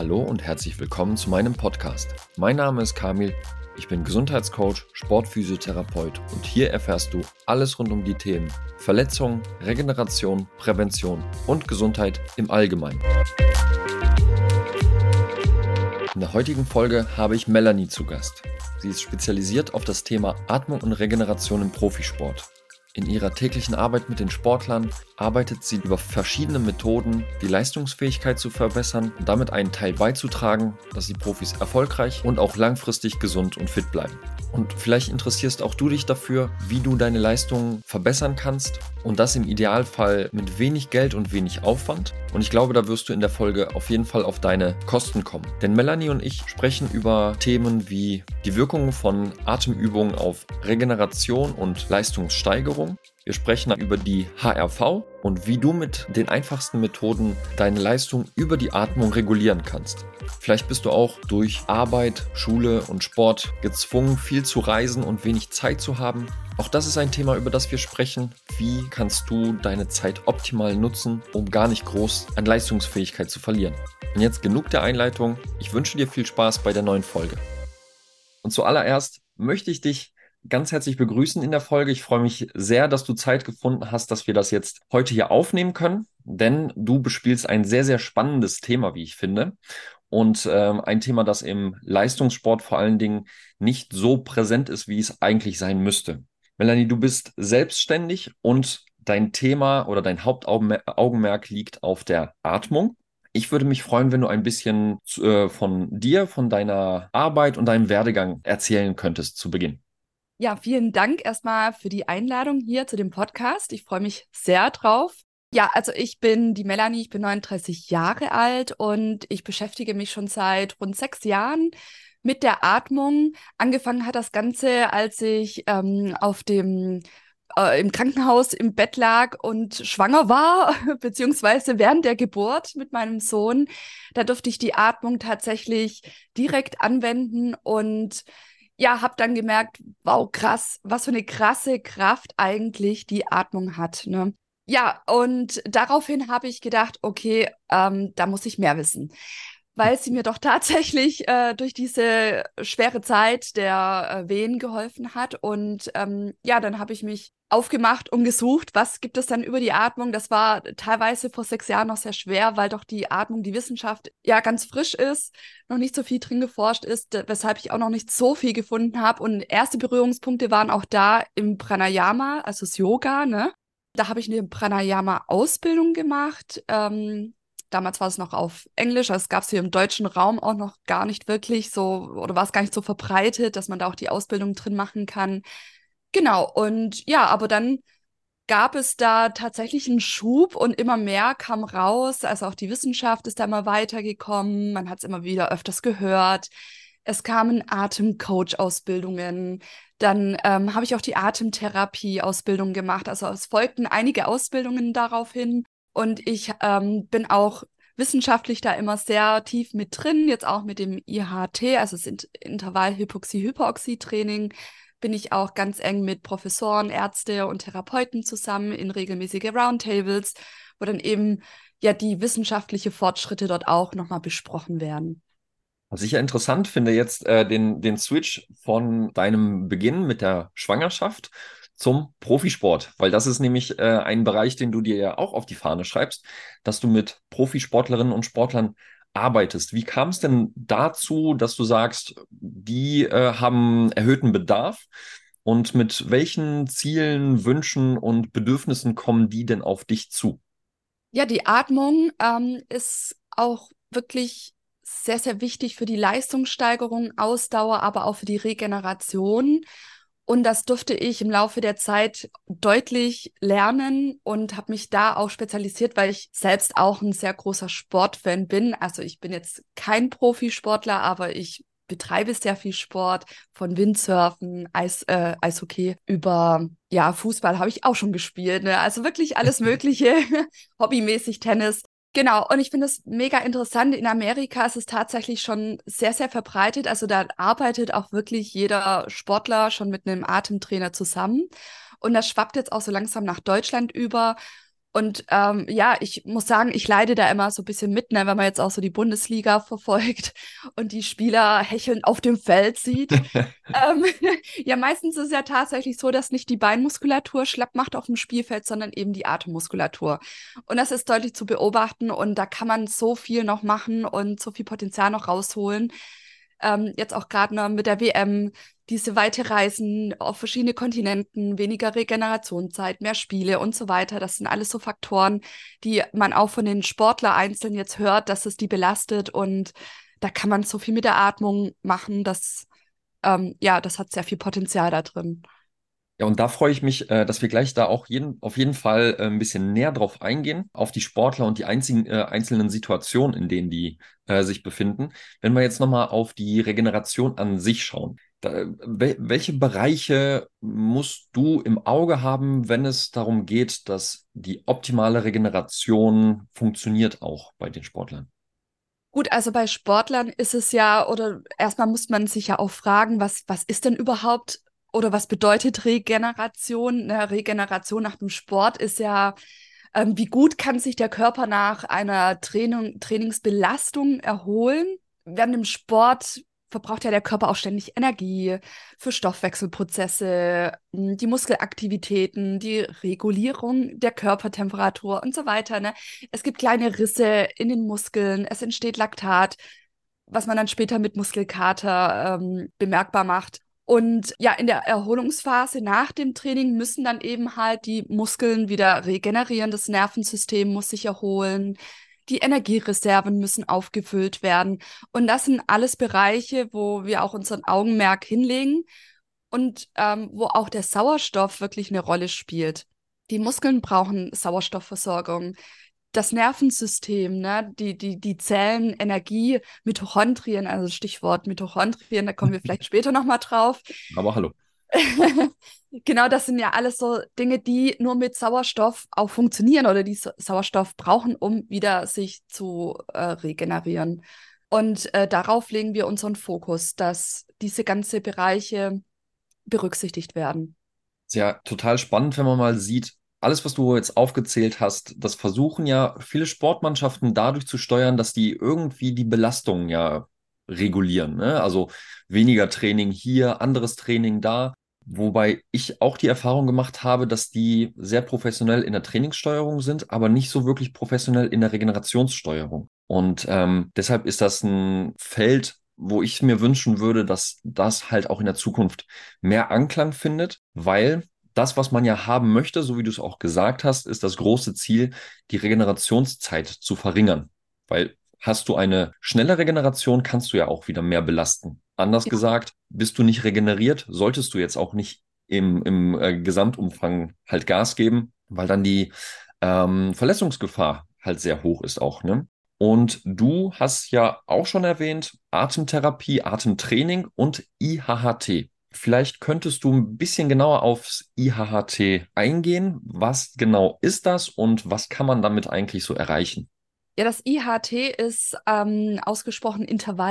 Hallo und herzlich willkommen zu meinem Podcast. Mein Name ist Kamil, ich bin Gesundheitscoach, Sportphysiotherapeut und hier erfährst du alles rund um die Themen Verletzungen, Regeneration, Prävention und Gesundheit im Allgemeinen. In der heutigen Folge habe ich Melanie zu Gast. Sie ist spezialisiert auf das Thema Atmung und Regeneration im Profisport. In ihrer täglichen Arbeit mit den Sportlern arbeitet sie über verschiedene Methoden, die Leistungsfähigkeit zu verbessern und damit einen Teil beizutragen, dass die Profis erfolgreich und auch langfristig gesund und fit bleiben. Und vielleicht interessierst auch du dich dafür, wie du deine Leistungen verbessern kannst und das im Idealfall mit wenig Geld und wenig Aufwand. Und ich glaube, da wirst du in der Folge auf jeden Fall auf deine Kosten kommen. Denn Melanie und ich sprechen über Themen wie die Wirkungen von Atemübungen auf Regeneration und Leistungssteigerung. Wir sprechen über die HRV und wie du mit den einfachsten Methoden deine Leistung über die Atmung regulieren kannst. Vielleicht bist du auch durch Arbeit, Schule und Sport gezwungen, viel zu reisen und wenig Zeit zu haben. Auch das ist ein Thema, über das wir sprechen. Wie kannst du deine Zeit optimal nutzen, um gar nicht groß an Leistungsfähigkeit zu verlieren? Und jetzt genug der Einleitung. Ich wünsche dir viel Spaß bei der neuen Folge. Und zuallererst möchte ich dich ganz herzlich begrüßen in der Folge. Ich freue mich sehr, dass du Zeit gefunden hast, dass wir das jetzt heute hier aufnehmen können, denn du bespielst ein sehr, sehr spannendes Thema, wie ich finde. Und ein Thema, das im Leistungssport vor allen Dingen nicht so präsent ist, wie es eigentlich sein müsste. Melanie, du bist selbstständig und dein Thema oder dein Hauptaugenmerk liegt auf der Atmung. Ich würde mich freuen, wenn du ein bisschen von dir, von deiner Arbeit und deinem Werdegang erzählen könntest zu Beginn. Ja, vielen Dank erstmal für die Einladung hier zu dem Podcast. Ich freue mich sehr drauf. Ja, also ich bin die Melanie, ich bin 39 Jahre alt und ich beschäftige mich schon seit rund 6 Jahren mit der Atmung. Angefangen hat das Ganze, als ich im Krankenhaus im Bett lag und schwanger war, beziehungsweise während der Geburt mit meinem Sohn. Da durfte ich die Atmung tatsächlich direkt anwenden und ja, habe dann gemerkt, wow, krass, was für eine krasse Kraft eigentlich die Atmung hat, ne? Ja, und daraufhin habe ich gedacht, okay, da muss ich mehr wissen, weil sie mir doch tatsächlich durch diese schwere Zeit der Wehen geholfen hat. Und ja, dann habe ich mich aufgemacht und gesucht, was gibt es dann über die Atmung. Das war teilweise vor 6 Jahren noch sehr schwer, weil doch die Atmung, die Wissenschaft ja ganz frisch ist, noch nicht so viel drin geforscht ist, weshalb ich auch noch nicht so viel gefunden habe. Und erste Berührungspunkte waren auch da im Pranayama, also das Yoga, ne? Da habe ich eine Pranayama-Ausbildung gemacht. Damals war es noch auf Englisch, also es gab es hier im deutschen Raum auch noch gar nicht wirklich so, oder war es gar nicht so verbreitet, dass man da auch die Ausbildung drin machen kann. Genau, und ja, aber dann gab es da tatsächlich einen Schub und immer mehr kam raus. Also auch die Wissenschaft ist da immer weitergekommen, man hat es immer wieder öfters gehört. Es kamen Atemcoach-Ausbildungen, dann habe ich auch die Atemtherapie-Ausbildung gemacht. Also es folgten einige Ausbildungen daraufhin. Und ich bin auch wissenschaftlich da immer sehr tief mit drin, jetzt auch mit dem IHT, also das Intervall-Hypoxie-Hyperoxie-Training, bin ich auch ganz eng mit Professoren, Ärzte und Therapeuten zusammen in regelmäßige Roundtables, wo dann eben ja die wissenschaftlichen Fortschritte dort auch nochmal besprochen werden. Was ich ja interessant finde, jetzt den Switch von deinem Beginn mit der Schwangerschaft zum Profisport, weil das ist nämlich ein Bereich, den du dir ja auch auf die Fahne schreibst, dass du mit Profisportlerinnen und Sportlern arbeitest. Wie kam es denn dazu, dass du sagst, die haben erhöhten Bedarf und mit welchen Zielen, Wünschen und Bedürfnissen kommen die denn auf dich zu? Ja, die Atmung ist auch wirklich sehr, sehr wichtig für die Leistungssteigerung, Ausdauer, aber auch für die Regeneration. Und das durfte ich im Laufe der Zeit deutlich lernen und habe mich da auch spezialisiert, weil ich selbst auch ein sehr großer Sportfan bin. Also ich bin jetzt kein Profisportler, aber ich betreibe sehr viel Sport, von Windsurfen, Eishockey über ja, Fußball habe ich auch schon gespielt, ne? Also wirklich alles Mögliche, hobbymäßig Tennis. Genau, und ich finde es mega interessant. In Amerika ist es tatsächlich schon sehr, sehr verbreitet. Also da arbeitet auch wirklich jeder Sportler schon mit einem Atemtrainer zusammen. Und das schwappt jetzt auch so langsam nach Deutschland über. Und ja, ich muss sagen, ich leide da immer so ein bisschen mit, ne, wenn man jetzt auch so die Bundesliga verfolgt und die Spieler hechelnd auf dem Feld sieht. Ähm, ja, meistens ist es ja tatsächlich so, dass nicht die Beinmuskulatur schlapp macht auf dem Spielfeld, sondern eben die Atemmuskulatur. Und das ist deutlich zu beobachten und da kann man so viel noch machen und so viel Potenzial noch rausholen. Jetzt auch gerade noch mit der WM, diese weite Reisen auf verschiedene Kontinenten, weniger Regenerationszeit, mehr Spiele und so weiter. Das sind alles so Faktoren, die man auch von den Sportler einzeln jetzt hört, dass es die belastet und da kann man so viel mit der Atmung machen, dass ja, das hat sehr viel Potenzial da drin. Ja, und da freue ich mich, dass wir gleich da auch auf jeden Fall ein bisschen näher drauf eingehen, auf die Sportler und die einzelnen Situationen, in denen die sich befinden. Wenn wir jetzt nochmal auf die Regeneration an sich schauen, welche Bereiche musst du im Auge haben, wenn es darum geht, dass die optimale Regeneration funktioniert auch bei den Sportlern? Gut, also bei Sportlern ist es ja, oder erstmal muss man sich ja auch fragen, was ist denn überhaupt oder was bedeutet Regeneration? Ne, Regeneration nach dem Sport ist ja, wie gut kann sich der Körper nach einer Trainingsbelastung erholen? Während dem Sport verbraucht ja der Körper auch ständig Energie für Stoffwechselprozesse, die Muskelaktivitäten, die Regulierung der Körpertemperatur und so weiter, ne? Es gibt kleine Risse in den Muskeln, es entsteht Laktat, was man dann später mit Muskelkater bemerkbar macht. Und ja, in der Erholungsphase nach dem Training müssen dann eben halt die Muskeln wieder regenerieren, das Nervensystem muss sich erholen, die Energiereserven müssen aufgefüllt werden. Und das sind alles Bereiche, wo wir auch unseren Augenmerk hinlegen und wo auch der Sauerstoff wirklich eine Rolle spielt. Die Muskeln brauchen Sauerstoffversorgung. Das Nervensystem, ne, die Zellen, Energie, Mitochondrien, also Stichwort Mitochondrien, da kommen wir vielleicht später nochmal drauf. Aber hallo. Genau, das sind ja alles so Dinge, die nur mit Sauerstoff auch funktionieren oder die Sauerstoff brauchen, um wieder sich zu regenerieren. Und darauf legen wir unseren Fokus, dass diese ganzen Bereiche berücksichtigt werden. Ist ja total spannend, wenn man mal sieht, alles, was du jetzt aufgezählt hast, das versuchen ja viele Sportmannschaften dadurch zu steuern, dass die irgendwie die Belastung ja regulieren, ne? Also weniger Training hier, anderes Training da. Wobei ich auch die Erfahrung gemacht habe, dass die sehr professionell in der Trainingssteuerung sind, aber nicht so wirklich professionell in der Regenerationssteuerung. Und deshalb ist das ein Feld, wo ich mir wünschen würde, dass das halt auch in der Zukunft mehr Anklang findet, weil das, was man ja haben möchte, so wie du es auch gesagt hast, ist das große Ziel, die Regenerationszeit zu verringern. Weil hast du eine schnelle Regeneration, kannst du ja auch wieder mehr belasten. Anders gesagt, bist du nicht regeneriert, solltest du jetzt auch nicht im Gesamtumfang halt Gas geben, weil dann die Verletzungsgefahr halt sehr hoch ist auch, ne? Und du hast ja auch schon erwähnt, Atemtherapie, Atemtraining und IHHT. Vielleicht könntest du ein bisschen genauer aufs IHHT eingehen. Was genau ist das und was kann man damit eigentlich so erreichen? Ja, das IHT ist ausgesprochen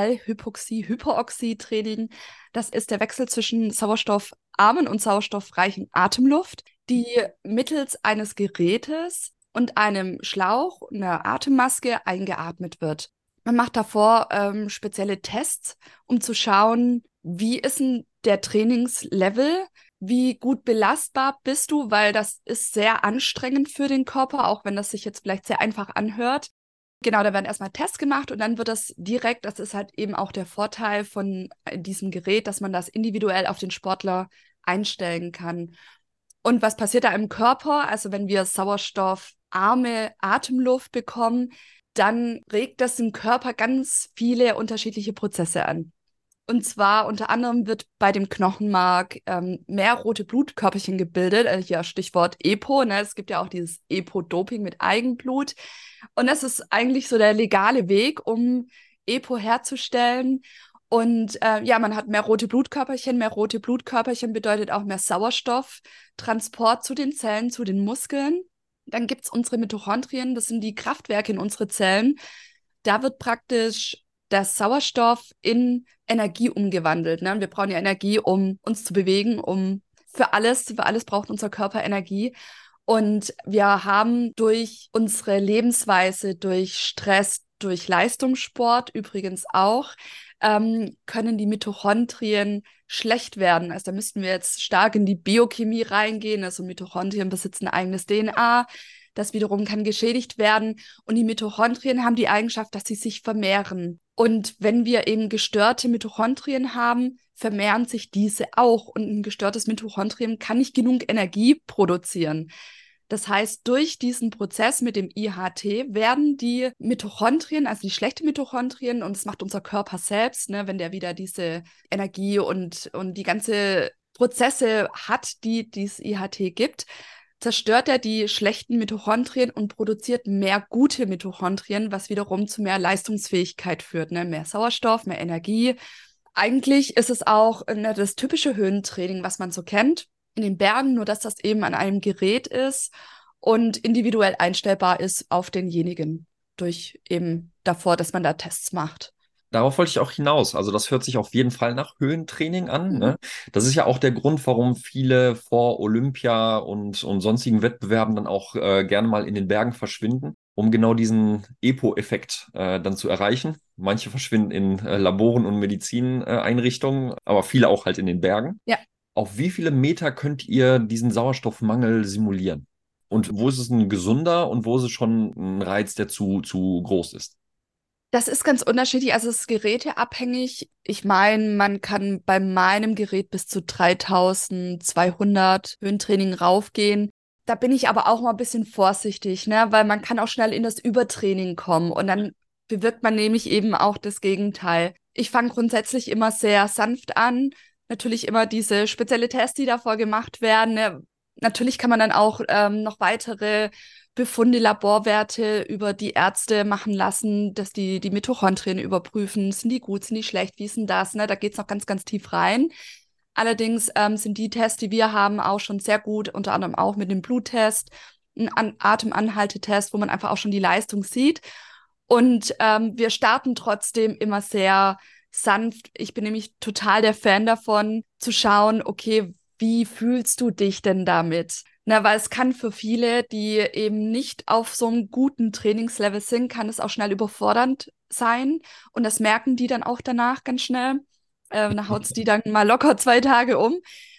Intervall-Hypoxie-Hyperoxie-Training. Das ist der Wechsel zwischen sauerstoffarmen und sauerstoffreichen Atemluft, die mittels eines Gerätes und einem Schlauch, einer Atemmaske, eingeatmet wird. Man macht davor spezielle Tests, um zu schauen, wie ist denn der Trainingslevel, wie gut belastbar bist du, weil das ist sehr anstrengend für den Körper, auch wenn das sich jetzt vielleicht sehr einfach anhört. Genau, da werden erstmal Tests gemacht und dann wird das direkt, das ist halt eben auch der Vorteil von diesem Gerät, dass man das individuell auf den Sportler einstellen kann. Und was passiert da im Körper? Also wenn wir sauerstoffarme Atemluft bekommen, dann regt das im Körper ganz viele unterschiedliche Prozesse an. Und zwar unter anderem wird bei dem Knochenmark mehr rote Blutkörperchen gebildet, hier Stichwort EPO, ne? Es gibt ja auch dieses EPO-Doping mit Eigenblut. Und das ist eigentlich so der legale Weg, um EPO herzustellen. Und ja, man hat mehr rote Blutkörperchen. Mehr rote Blutkörperchen bedeutet auch mehr Sauerstofftransport zu den Zellen, zu den Muskeln. Dann gibt es unsere Mitochondrien, das sind die Kraftwerke in unsere Zellen. Da wird praktisch der Sauerstoff in Energie umgewandelt. Ne? Wir brauchen ja Energie, um uns zu bewegen, für alles braucht unser Körper Energie. Und wir haben durch unsere Lebensweise, durch Stress, durch Leistungssport übrigens auch, können die Mitochondrien schlecht werden. Also da müssten wir jetzt stark in die Biochemie reingehen. Also Mitochondrien besitzen ein eigenes DNA. Das wiederum kann geschädigt werden. Und die Mitochondrien haben die Eigenschaft, dass sie sich vermehren. Und wenn wir eben gestörte Mitochondrien haben, vermehren sich diese auch. Und ein gestörtes Mitochondrien kann nicht genug Energie produzieren. Das heißt, durch diesen Prozess mit dem IHT werden die Mitochondrien, also die schlechten Mitochondrien, und das macht unser Körper selbst, ne, wenn der wieder diese Energie und die ganze Prozesse hat, die dieses IHT gibt, zerstört er die schlechten Mitochondrien und produziert mehr gute Mitochondrien, was wiederum zu mehr Leistungsfähigkeit führt, ne? Mehr Sauerstoff, mehr Energie. Eigentlich ist es auch das typische Höhentraining, was man so kennt in den Bergen, nur dass das eben an einem Gerät ist und individuell einstellbar ist auf denjenigen durch eben davor, dass man da Tests macht. Darauf wollte ich auch hinaus. Also das hört sich auf jeden Fall nach Höhentraining an, Mhm. ne? Das ist ja auch der Grund, warum viele vor Olympia und sonstigen Wettbewerben dann auch gerne mal in den Bergen verschwinden, um genau diesen EPO-Effekt dann zu erreichen. Manche verschwinden in Laboren und Medizineinrichtungen, aber viele auch halt in den Bergen. Ja. Auf wie viele Meter könnt ihr diesen Sauerstoffmangel simulieren? Und wo ist es ein gesunder und wo ist es schon ein Reiz, der zu groß ist? Das ist ganz unterschiedlich, also es ist geräteabhängig. Ich meine, man kann bei meinem Gerät bis zu 3200 Höhentraining raufgehen. Da bin ich aber auch mal ein bisschen vorsichtig, ne? Weil man kann auch schnell in das Übertraining kommen und dann bewirkt man nämlich eben auch das Gegenteil. Ich fange grundsätzlich immer sehr sanft an. Natürlich immer diese spezielle Tests, die davor gemacht werden. Ne? Natürlich kann man dann auch noch weitere Befunde, Laborwerte über die Ärzte machen lassen, dass die Mitochondrien überprüfen. Sind die gut, sind die schlecht, wie ist denn das? Ne? Da geht's noch ganz, ganz tief rein. Allerdings sind die Tests, die wir haben, auch schon sehr gut, unter anderem auch mit dem Bluttest, ein Atemanhaltetest, wo man einfach auch schon die Leistung sieht. Und wir starten trotzdem immer sehr sanft. Ich bin nämlich total der Fan davon, zu schauen, okay, wie fühlst du dich denn damit? Na, weil es kann für viele, die eben nicht auf so einem guten Trainingslevel sind, kann es auch schnell überfordernd sein. Und das merken die dann auch danach ganz schnell. Da haut's die dann mal locker 2 Tage um.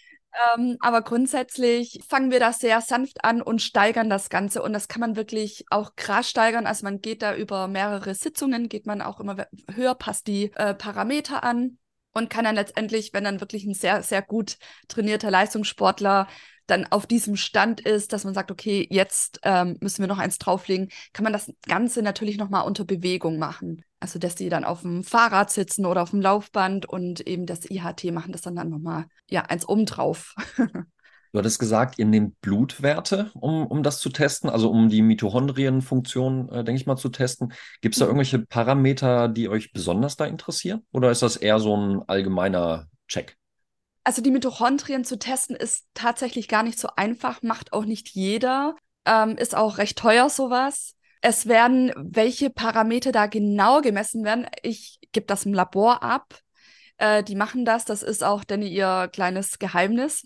Aber grundsätzlich fangen wir da sehr sanft an und steigern das Ganze. Und das kann man wirklich auch krass steigern. Also man geht da über mehrere Sitzungen, geht man auch immer höher, passt die Parameter an und kann dann letztendlich, wenn dann wirklich ein sehr, sehr gut trainierter Leistungssportler dann auf diesem Stand ist, dass man sagt, okay, jetzt müssen wir noch eins drauflegen, kann man das Ganze natürlich nochmal unter Bewegung machen. Also, dass die dann auf dem Fahrrad sitzen oder auf dem Laufband und eben das IHT machen das dann nochmal, ja, eins obendrauf. Du hattest gesagt, ihr nehmt Blutwerte, um das zu testen, also um die Mitochondrienfunktion, denke ich mal, zu testen. Gibt es da irgendwelche Parameter, die euch besonders da interessieren? Oder ist das eher so ein allgemeiner Check? Also die Mitochondrien zu testen ist tatsächlich gar nicht so einfach, macht auch nicht jeder, ist auch recht teuer sowas. Es werden, welche Parameter da genau gemessen werden, ich gebe das im Labor ab. Die machen das, das ist auch denn ihr kleines Geheimnis,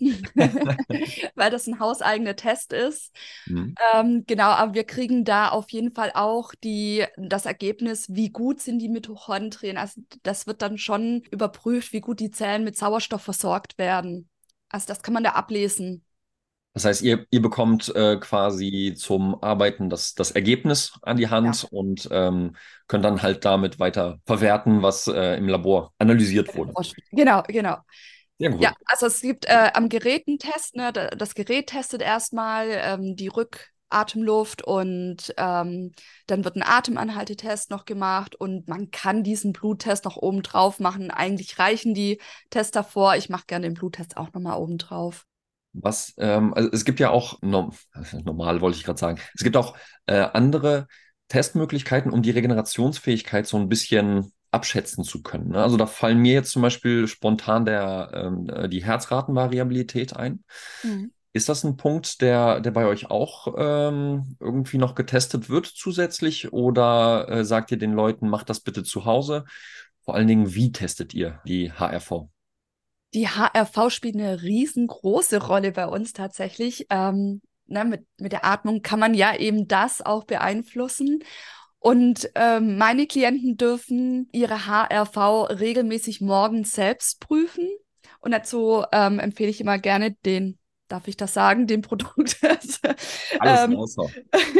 weil das ein hauseigener Test ist. Hm. Genau, aber wir kriegen da auf jeden Fall auch das Ergebnis, wie gut sind die Mitochondrien. Also das wird dann schon überprüft, wie gut die Zellen mit Sauerstoff versorgt werden. Also das kann man da ablesen. Das heißt, ihr bekommt quasi zum Arbeiten das Ergebnis an die Ja. Hand und könnt dann halt damit weiter verwerten, was im Labor analysiert wurde. Genau, genau. Sehr Ja, gut. also es gibt am Gerät einen Test, ne? Das Gerät testet erstmal die Rückatemluft und dann wird ein Atemanhaltetest noch gemacht und man kann diesen Bluttest noch oben drauf machen. Eigentlich reichen die Tests davor. Ich mache gerne den Bluttest auch nochmal oben drauf. Also es gibt ja auch, normal wollte ich gerade sagen, es gibt auch andere Testmöglichkeiten, um die Regenerationsfähigkeit so ein bisschen abschätzen zu können. Ne? Also da fallen mir jetzt zum Beispiel spontan die Herzratenvariabilität ein. Mhm. Ist das ein Punkt, der bei euch auch irgendwie noch getestet wird zusätzlich? Oder sagt ihr den Leuten, macht das bitte zu Hause? Vor allen Dingen, wie testet ihr die HRV? Die HRV spielt eine riesengroße Rolle bei uns tatsächlich. ne, mit der Atmung kann man ja eben das auch beeinflussen. Und meine Klienten dürfen ihre HRV regelmäßig morgens selbst prüfen. Und dazu empfehle ich immer gerne darf ich das sagen, den Produkt, Alles ähm, außer.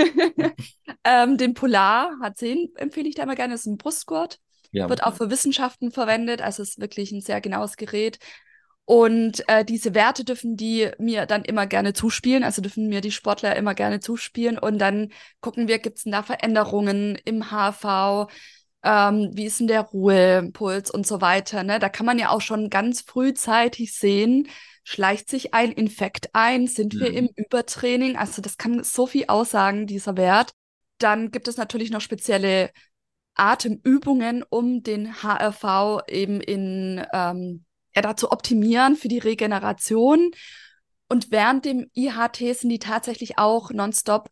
den Polar H10 empfehle ich da immer gerne. Das ist ein Brustgurt, Ja, wird auch für Wissenschaften verwendet, also ist wirklich ein sehr genaues Gerät. Und diese Werte dürfen die mir dann immer gerne zuspielen, also dürfen mir die Sportler immer gerne zuspielen. Und dann gucken wir, gibt es denn da Veränderungen im HV? Wie ist denn der Ruhepuls und so weiter, ne? Da kann man ja auch schon ganz frühzeitig sehen, schleicht sich ein Infekt ein, sind wir im mhm. Übertraining? Also das kann so viel aussagen, dieser Wert. Dann gibt es natürlich noch spezielle Atemübungen, um den HRV eben ja, da zu optimieren für die Regeneration. Und während dem IHT sind die tatsächlich auch nonstop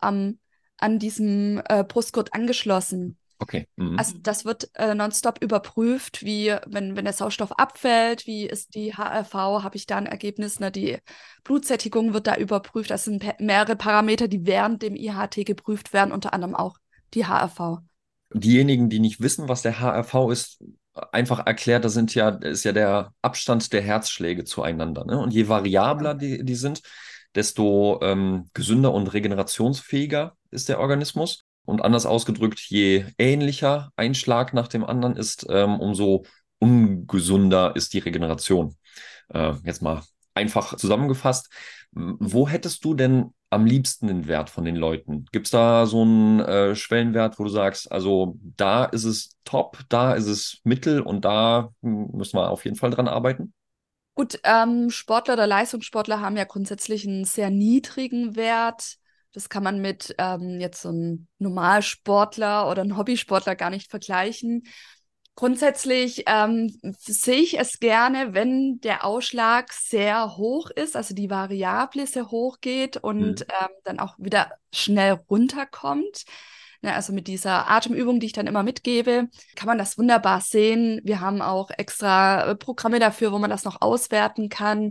an diesem Brustgurt angeschlossen. Okay. Mhm. Also das wird nonstop überprüft, wenn der Sauerstoff abfällt, wie ist die HRV, habe ich da ein Ergebnis, ne? Die Blutsättigung wird da überprüft. Das sind mehrere Parameter, die während dem IHT geprüft werden, unter anderem auch die HRV. Diejenigen, die nicht wissen, was der HRV ist, einfach erklärt, ist ja der Abstand der Herzschläge zueinander. Ne? Und je variabler die sind, desto gesünder und regenerationsfähiger ist der Organismus. Und anders ausgedrückt, je ähnlicher ein Schlag nach dem anderen ist, umso ungesunder ist die Regeneration. Jetzt mal einfach zusammengefasst. Wo hättest du denn am liebsten den Wert von den Leuten? Gibt es da so einen Schwellenwert, wo du sagst, also da ist es top, da ist es mittel und da müssen wir auf jeden Fall dran arbeiten? Gut, Sportler oder Leistungssportler haben ja grundsätzlich einen sehr niedrigen Wert. Das kann man mit jetzt so einem Normalsportler oder einem Hobbysportler gar nicht vergleichen. Grundsätzlich sehe ich es gerne, wenn der Ausschlag sehr hoch ist, also die Variable sehr hoch geht und Mhm. dann auch wieder schnell runterkommt. Ne, also mit dieser Atemübung, die ich dann immer mitgebe, kann man das wunderbar sehen. Wir haben auch extra Programme dafür, wo man das noch auswerten kann.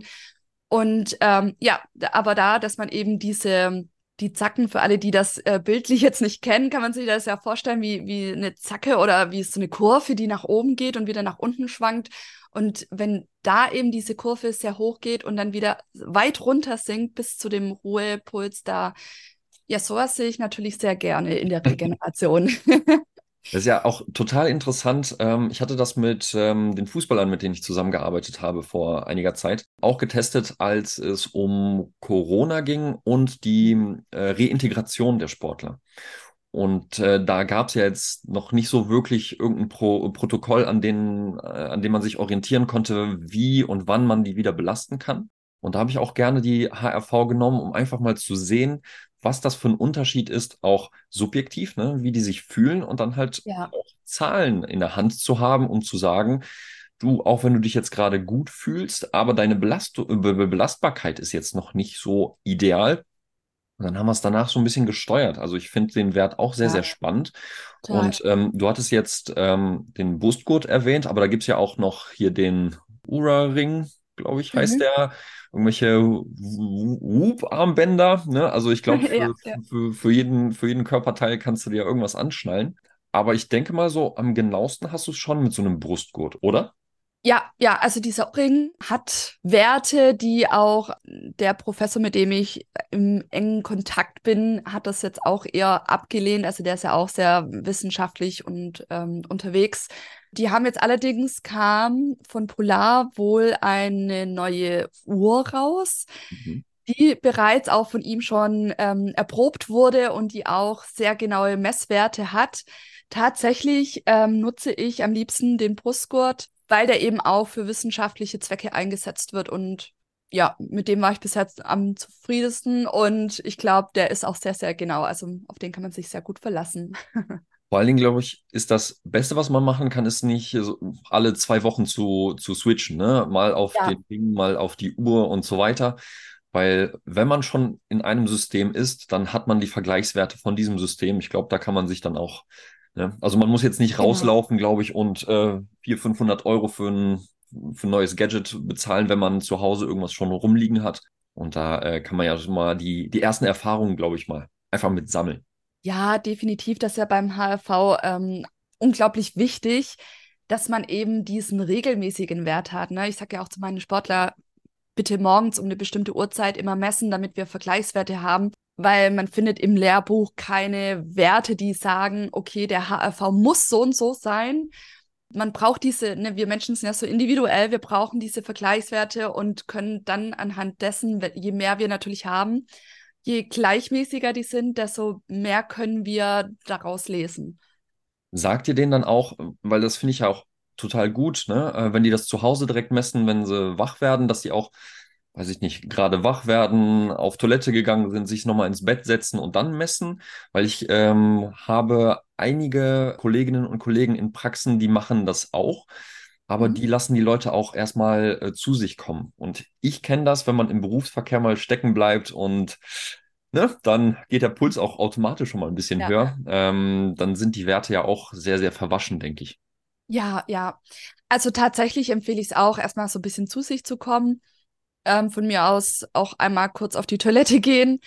Und ja, aber dass man eben die Zacken, für alle, die das bildlich jetzt nicht kennen, kann man sich das ja vorstellen, wie eine Zacke oder wie so eine Kurve, die nach oben geht und wieder nach unten schwankt. Und wenn da eben diese Kurve sehr hoch geht und dann wieder weit runter sinkt bis zu dem Ruhepuls, ja, sowas sehe ich natürlich sehr gerne in der Regeneration. Das ist ja auch total interessant. Ich hatte das mit den Fußballern, mit denen ich zusammengearbeitet habe vor einiger Zeit, auch getestet, als es um Corona ging und die Reintegration der Sportler. Und da gab es ja jetzt noch nicht so wirklich irgendein Protokoll, an dem man sich orientieren konnte, wie und wann man die wieder belasten kann. Und da habe ich auch gerne die HRV genommen, um einfach mal zu sehen, was das für ein Unterschied ist, auch subjektiv, ne, wie die sich fühlen und dann halt Ja, auch Zahlen in der Hand zu haben, um zu sagen, du, auch wenn du dich jetzt gerade gut fühlst, aber deine Belastbarkeit ist jetzt noch nicht so ideal. Und dann haben wir es danach so ein bisschen gesteuert. Also ich finde den Wert auch sehr, ja, sehr spannend. total. Und du hattest jetzt den Brustgurt erwähnt, aber da gibt es ja auch noch hier den Oura-Ring, glaube ich, heißt Mhm. der. Irgendwelche Whoop-Armbänder. Ne? Also ich glaube, Ja, ja. für jeden Körperteil kannst du dir irgendwas anschnallen. Aber ich denke mal so, am genauesten hast du es schon mit so einem Brustgurt, oder? Ja, ja, also dieser Ring hat Werte, die auch der Professor, mit dem ich im engen Kontakt bin, hat das jetzt auch eher abgelehnt. Also der ist ja auch sehr wissenschaftlich und unterwegs. Die haben jetzt allerdings kam von Polar wohl eine neue Uhr raus, Mhm. die bereits auch von ihm schon erprobt wurde und die auch sehr genaue Messwerte hat. Tatsächlich nutze ich am liebsten den Brustgurt, weil der eben auch für wissenschaftliche Zwecke eingesetzt wird. Und ja, mit dem war ich bisher am zufriedensten und ich glaube, der ist auch sehr, sehr genau. Also auf den kann man sich sehr gut verlassen. Vor allen Dingen, glaube ich, ist das Beste, was man machen kann, ist nicht so alle 2 Wochen zu switchen, ne? Mal auf Ja, den Ding, mal auf die Uhr und so weiter. Weil wenn man schon in einem System ist, dann hat man die Vergleichswerte von diesem System. Ich glaube, da kann man sich dann auch, ne? Also man muss jetzt nicht genau. rauslaufen, glaube ich, und 400, 500 Euro für ein neues Gadget bezahlen, wenn man zu Hause irgendwas schon rumliegen hat. Und da kann man ja schon mal die ersten Erfahrungen, glaube ich mal, einfach mit sammeln. Ja, definitiv, das ist ja beim HRV unglaublich wichtig, dass man eben diesen regelmäßigen Wert hat. Ne? Ich sage ja auch zu meinen Sportler, bitte morgens um eine bestimmte Uhrzeit immer messen, damit wir Vergleichswerte haben, weil man findet im Lehrbuch keine Werte, die sagen, okay, der HRV muss so und so sein. Man braucht diese, ne, wir Menschen sind ja so individuell, wir brauchen diese Vergleichswerte und können dann anhand dessen, je mehr wir natürlich haben, je gleichmäßiger die sind, desto mehr können wir daraus lesen. Sagt ihr denen dann auch, weil das finde ich ja auch total gut, ne? Wenn die das zu Hause direkt messen, wenn sie wach werden, dass die auch, weiß ich nicht, gerade wach werden, auf Toilette gegangen sind, sich nochmal ins Bett setzen und dann messen, weil ich habe einige Kolleginnen und Kollegen in Praxen, die machen das auch, aber Mhm. die lassen die Leute auch erstmal zu sich kommen. Und ich kenne das, wenn man im Berufsverkehr mal stecken bleibt und ne, dann geht der Puls auch automatisch schon mal ein bisschen Ja. höher. Dann sind die Werte ja auch sehr, sehr verwaschen, denke ich. Ja, ja. Also tatsächlich empfehle ich es auch, erstmal so ein bisschen zu sich zu kommen. Von mir aus auch einmal kurz auf die Toilette gehen.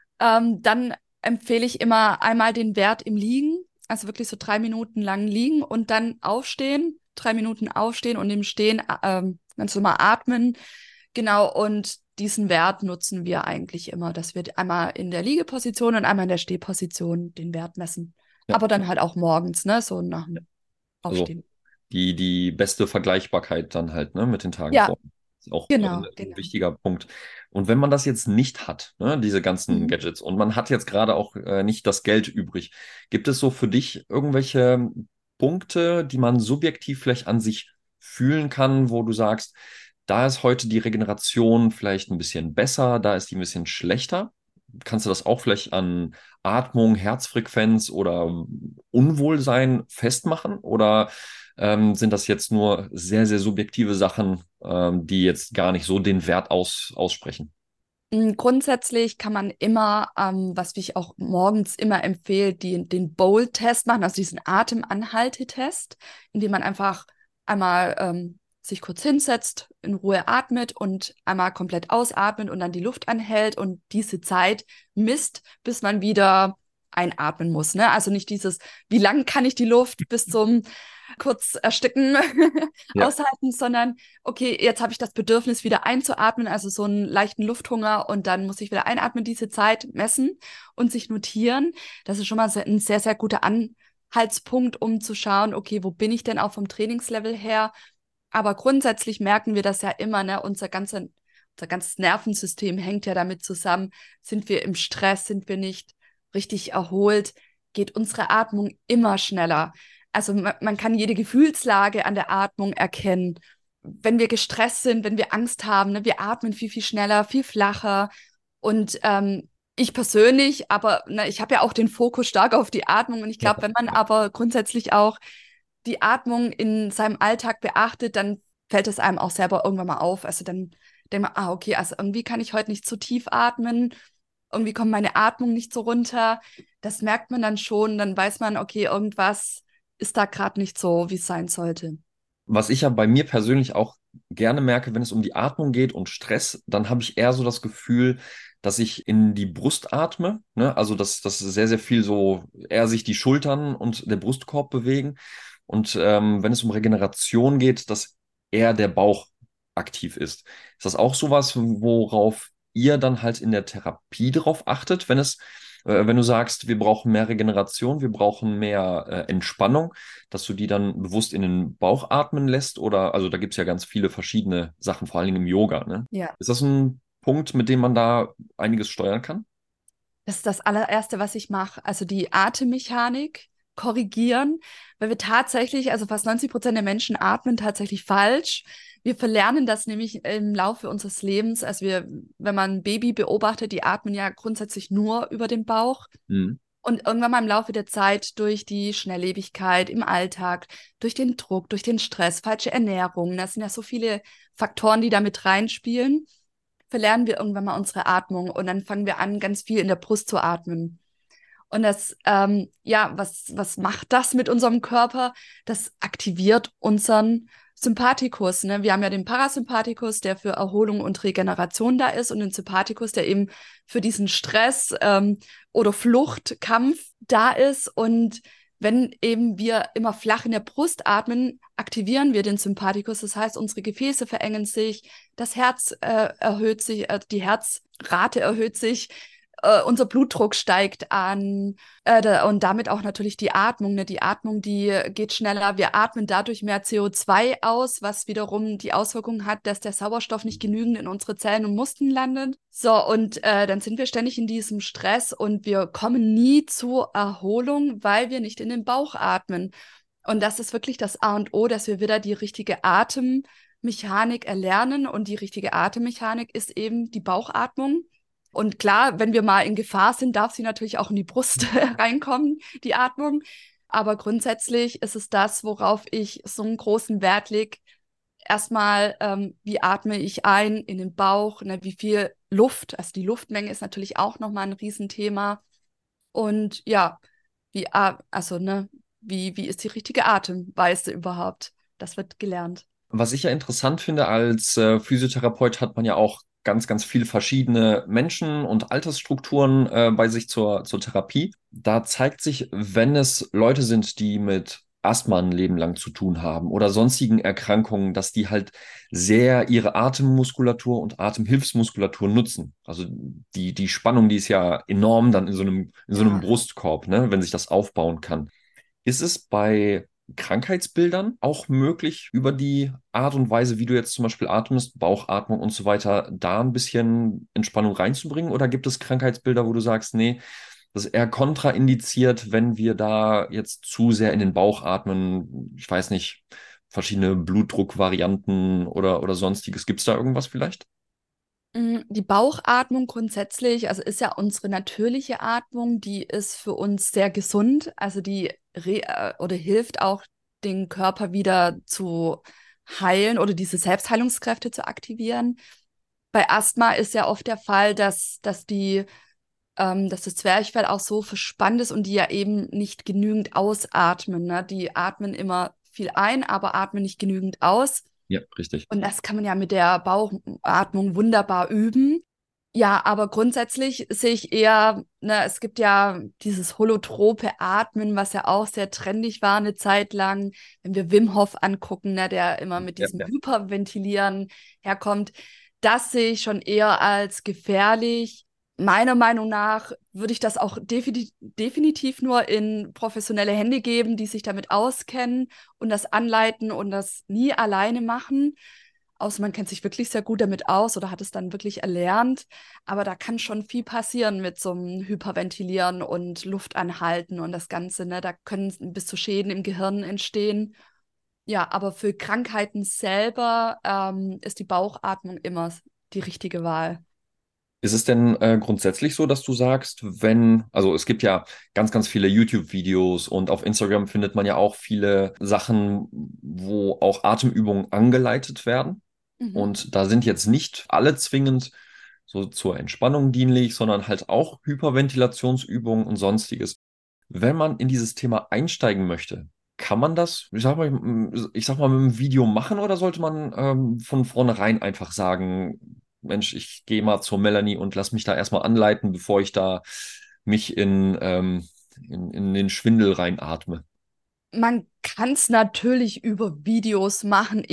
Dann empfehle ich immer einmal den Wert im Liegen, also wirklich so 3 Minuten lang liegen und dann aufstehen, 3 Minuten aufstehen und im Stehen ganz normal atmen. Genau, und diesen Wert nutzen wir eigentlich immer, dass wir einmal in der Liegeposition und einmal in der Stehposition den Wert messen. Ja, Aber dann halt auch morgens, ne, so nach dem also Aufstehen. die beste Vergleichbarkeit dann halt, ne, mit den Tagen Ja, vor. Ist auch genau, ein genau. wichtiger Punkt. Und wenn man das jetzt nicht hat, ne, diese ganzen Mhm. Gadgets, und man hat jetzt gerade auch nicht das Geld übrig, gibt es so für dich irgendwelche Punkte, die man subjektiv vielleicht an sich fühlen kann, wo du sagst, da ist heute die Regeneration vielleicht ein bisschen besser, da ist die ein bisschen schlechter? Kannst du das auch vielleicht an Atmung, Herzfrequenz oder Unwohlsein festmachen? Oder sind das jetzt nur sehr, sehr subjektive Sachen, die jetzt gar nicht so den Wert aussprechen? Grundsätzlich kann man immer, was ich auch morgens immer empfehle, den Bowl-Test machen, also diesen Atemanhaltetest, indem man einfach einmal sich kurz hinsetzt, in Ruhe atmet und einmal komplett ausatmet und dann die Luft anhält und diese Zeit misst, bis man wieder einatmen muss. Ne? Also nicht dieses, wie lang kann ich die Luft bis zum kurz ersticken Ja. aushalten, sondern okay, jetzt habe ich das Bedürfnis, wieder einzuatmen, also so einen leichten Lufthunger und dann muss ich wieder einatmen, diese Zeit messen und sich notieren. Das ist schon mal ein sehr, sehr guter Anhaltspunkt, um zu schauen, okay, wo bin ich denn auch vom Trainingslevel her? Aber grundsätzlich merken wir das ja immer, ne? Unser ganzes Nervensystem hängt ja damit zusammen. Sind wir im Stress? Sind wir nicht richtig erholt? Geht unsere Atmung immer schneller? Also man kann jede Gefühlslage an der Atmung erkennen. Wenn wir gestresst sind, wenn wir Angst haben, ne, wir atmen viel, viel schneller, viel flacher. Und ich persönlich, aber ne, ich habe ja auch den Fokus stark auf die Atmung. Und ich glaube, wenn man aber grundsätzlich auch die Atmung in seinem Alltag beachtet, dann fällt es einem auch selber irgendwann mal auf. Also dann denkt man, ah, okay, also irgendwie kann ich heute nicht zu tief atmen. Irgendwie kommt meine Atmung nicht so runter. Das merkt man dann schon. Dann weiß man, okay, irgendwas ist da gerade nicht so, wie es sein sollte. Was ich ja bei mir persönlich auch gerne merke, wenn es um die Atmung geht und Stress, dann habe ich eher so das Gefühl, dass ich in die Brust atme, ne? Also dass sehr, sehr viel so eher sich die Schultern und der Brustkorb bewegen. Und wenn es um Regeneration geht, dass eher der Bauch aktiv ist. Ist das auch sowas, worauf ihr dann halt in der Therapie drauf achtet, wenn du sagst, wir brauchen mehr Regeneration, wir brauchen mehr Entspannung, dass du die dann bewusst in den Bauch atmen lässt? Oder, also da gibt es ja ganz viele verschiedene Sachen, vor allen Dingen im Yoga, ne? Ja. Ist das ein Punkt, mit dem man da einiges steuern kann? Das ist das allererste, was ich mache. Also die Atemmechanik korrigieren, weil wir tatsächlich, also fast 90% der Menschen atmen tatsächlich falsch. Wir verlernen das nämlich im Laufe unseres Lebens. Also wenn man ein Baby beobachtet, die atmen ja grundsätzlich nur über den Bauch. Mhm. Und irgendwann mal im Laufe der Zeit durch die Schnelllebigkeit im Alltag, durch den Druck, durch den Stress, falsche Ernährung, das sind ja so viele Faktoren, die da mit reinspielen, verlernen wir irgendwann mal unsere Atmung und dann fangen wir an, ganz viel in der Brust zu atmen. Und das, was macht das mit unserem Körper? Das aktiviert unseren Sympathikus. Ne? Wir haben ja den Parasympathikus, der für Erholung und Regeneration da ist, und den Sympathikus, der eben für diesen Stress oder Fluchtkampf da ist. Und wenn eben wir immer flach in der Brust atmen, aktivieren wir den Sympathikus. Das heißt, unsere Gefäße verengen sich, das Herz erhöht sich, die Herzrate erhöht sich, unser Blutdruck steigt an, und damit auch natürlich die Atmung. Ne? Die Atmung, die geht schneller. Wir atmen dadurch mehr CO2 aus, was wiederum die Auswirkung hat, dass der Sauerstoff nicht genügend in unsere Zellen und Muskeln landet. So, und dann sind wir ständig in diesem Stress und wir kommen nie zur Erholung, weil wir nicht in den Bauch atmen. Und das ist wirklich das A und O, dass wir wieder die richtige Atemmechanik erlernen. Und die richtige Atemmechanik ist eben die Bauchatmung. Und klar, wenn wir mal in Gefahr sind, darf sie natürlich auch in die Brust reinkommen, die Atmung. Aber grundsätzlich ist es das, worauf ich so einen großen Wert lege. Erstmal, wie atme ich ein in den Bauch, ne, wie viel Luft, also die Luftmenge ist natürlich auch nochmal ein Riesenthema. Und ja, wie ist die richtige Atemweise überhaupt? Das wird gelernt. Was ich ja interessant finde, als Physiotherapeut hat man ja auch ganz, ganz viele verschiedene Menschen und Altersstrukturen bei sich zur Therapie. Da zeigt sich, wenn es Leute sind, die mit Asthma ein Leben lang zu tun haben oder sonstigen Erkrankungen, dass die halt sehr ihre Atemmuskulatur und Atemhilfsmuskulatur nutzen. Also die Spannung, die ist ja enorm dann in so einem Ja. Brustkorb, ne, wenn sich das aufbauen kann. Ist es bei Krankheitsbildern auch möglich, über die Art und Weise, wie du jetzt zum Beispiel atmest, Bauchatmung und so weiter, da ein bisschen Entspannung reinzubringen? Oder gibt es Krankheitsbilder, wo du sagst, nee, das ist eher kontraindiziert, wenn wir da jetzt zu sehr in den Bauch atmen? Ich weiß nicht, verschiedene Blutdruckvarianten oder sonstiges. Gibt es da irgendwas vielleicht? Die Bauchatmung grundsätzlich, also ist ja unsere natürliche Atmung, die ist für uns sehr gesund. Also die oder hilft auch, den Körper wieder zu heilen oder diese Selbstheilungskräfte zu aktivieren. Bei Asthma ist ja oft der Fall, dass das Zwerchfell auch so verspannt ist und die ja eben nicht genügend ausatmen. Ne? Die atmen immer viel ein, aber atmen nicht genügend aus. Ja, richtig. Und das kann man ja mit der Bauchatmung wunderbar üben. Ja, aber grundsätzlich sehe ich eher, ne, es gibt ja dieses holotrope Atmen, was ja auch sehr trendig war eine Zeit lang. Wenn wir Wim Hof angucken, ne, der immer mit Ja, diesem ja. Hyperventilieren herkommt, das sehe ich schon eher als gefährlich. Meiner Meinung nach würde ich das auch definitiv nur in professionelle Hände geben, die sich damit auskennen und das anleiten und das nie alleine machen. Außer man kennt sich wirklich sehr gut damit aus oder hat es dann wirklich erlernt. Aber da kann schon viel passieren mit so einem Hyperventilieren und Luft anhalten und das Ganze. Ne? Da können bis zu Schäden im Gehirn entstehen. Ja, aber für Krankheiten selber ist die Bauchatmung immer die richtige Wahl. Ist es denn grundsätzlich so, dass du sagst, also es gibt ja ganz, ganz viele YouTube-Videos und auf Instagram findet man ja auch viele Sachen, wo auch Atemübungen angeleitet werden. Mhm. Und da sind jetzt nicht alle zwingend so zur Entspannung dienlich, sondern halt auch Hyperventilationsübungen und sonstiges. Wenn man in dieses Thema einsteigen möchte, kann man das, ich sag mal, mit einem Video machen oder sollte man von vornherein einfach sagen, Mensch, ich gehe mal zur Melanie und lass mich da erstmal anleiten, bevor ich da mich in den Schwindel reinatme? Man kann es natürlich über Videos machen.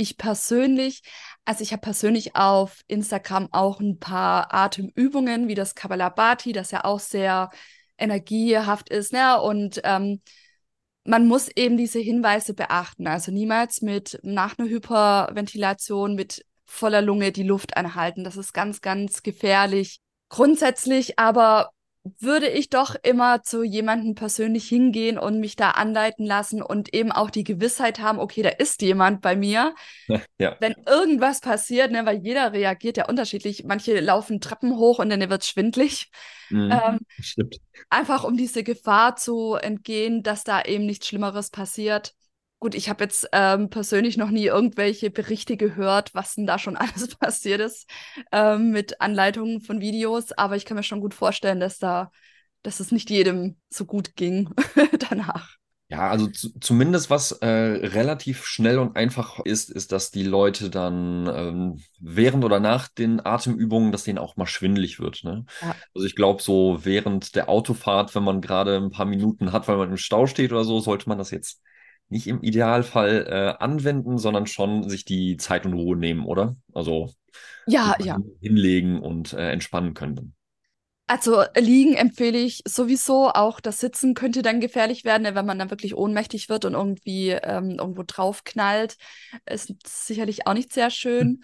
Ich habe persönlich auf Instagram auch ein paar Atemübungen, wie das Kapalabhati, das ja auch sehr energiehaft ist, ne? Und man muss eben diese Hinweise beachten. Also niemals nach einer Hyperventilation mit voller Lunge die Luft anhalten. Das ist ganz, ganz gefährlich. Grundsätzlich aber würde ich doch immer zu jemandem persönlich hingehen und mich da anleiten lassen und eben auch die Gewissheit haben, okay, da ist jemand bei mir. Ja, Wenn irgendwas passiert, ne, weil jeder reagiert ja unterschiedlich. Manche laufen Treppen hoch und dann wird es schwindlig. mhm. Ähm, Stimmt. Einfach um diese Gefahr zu entgehen, dass da eben nichts Schlimmeres passiert. Gut, ich habe jetzt persönlich noch nie irgendwelche Berichte gehört, was denn da schon alles passiert ist mit Anleitungen von Videos, aber ich kann mir schon gut vorstellen, dass da dass es nicht jedem so gut ging danach. Ja, also zumindest was relativ schnell und einfach ist, dass die Leute dann während oder nach den Atemübungen, dass denen auch mal schwindelig wird, ne? Ja. Also ich glaube, so während der Autofahrt, wenn man gerade ein paar Minuten hat, weil man im Stau steht oder so, sollte man das jetzt nicht im Idealfall anwenden, sondern schon sich die Zeit und Ruhe nehmen, oder? Also Ja, sich mal ja. hinlegen und entspannen können. Also liegen empfehle ich sowieso. Auch das Sitzen könnte dann gefährlich werden, ne, wenn man dann wirklich ohnmächtig wird und irgendwie irgendwo draufknallt. Ist sicherlich auch nicht sehr schön.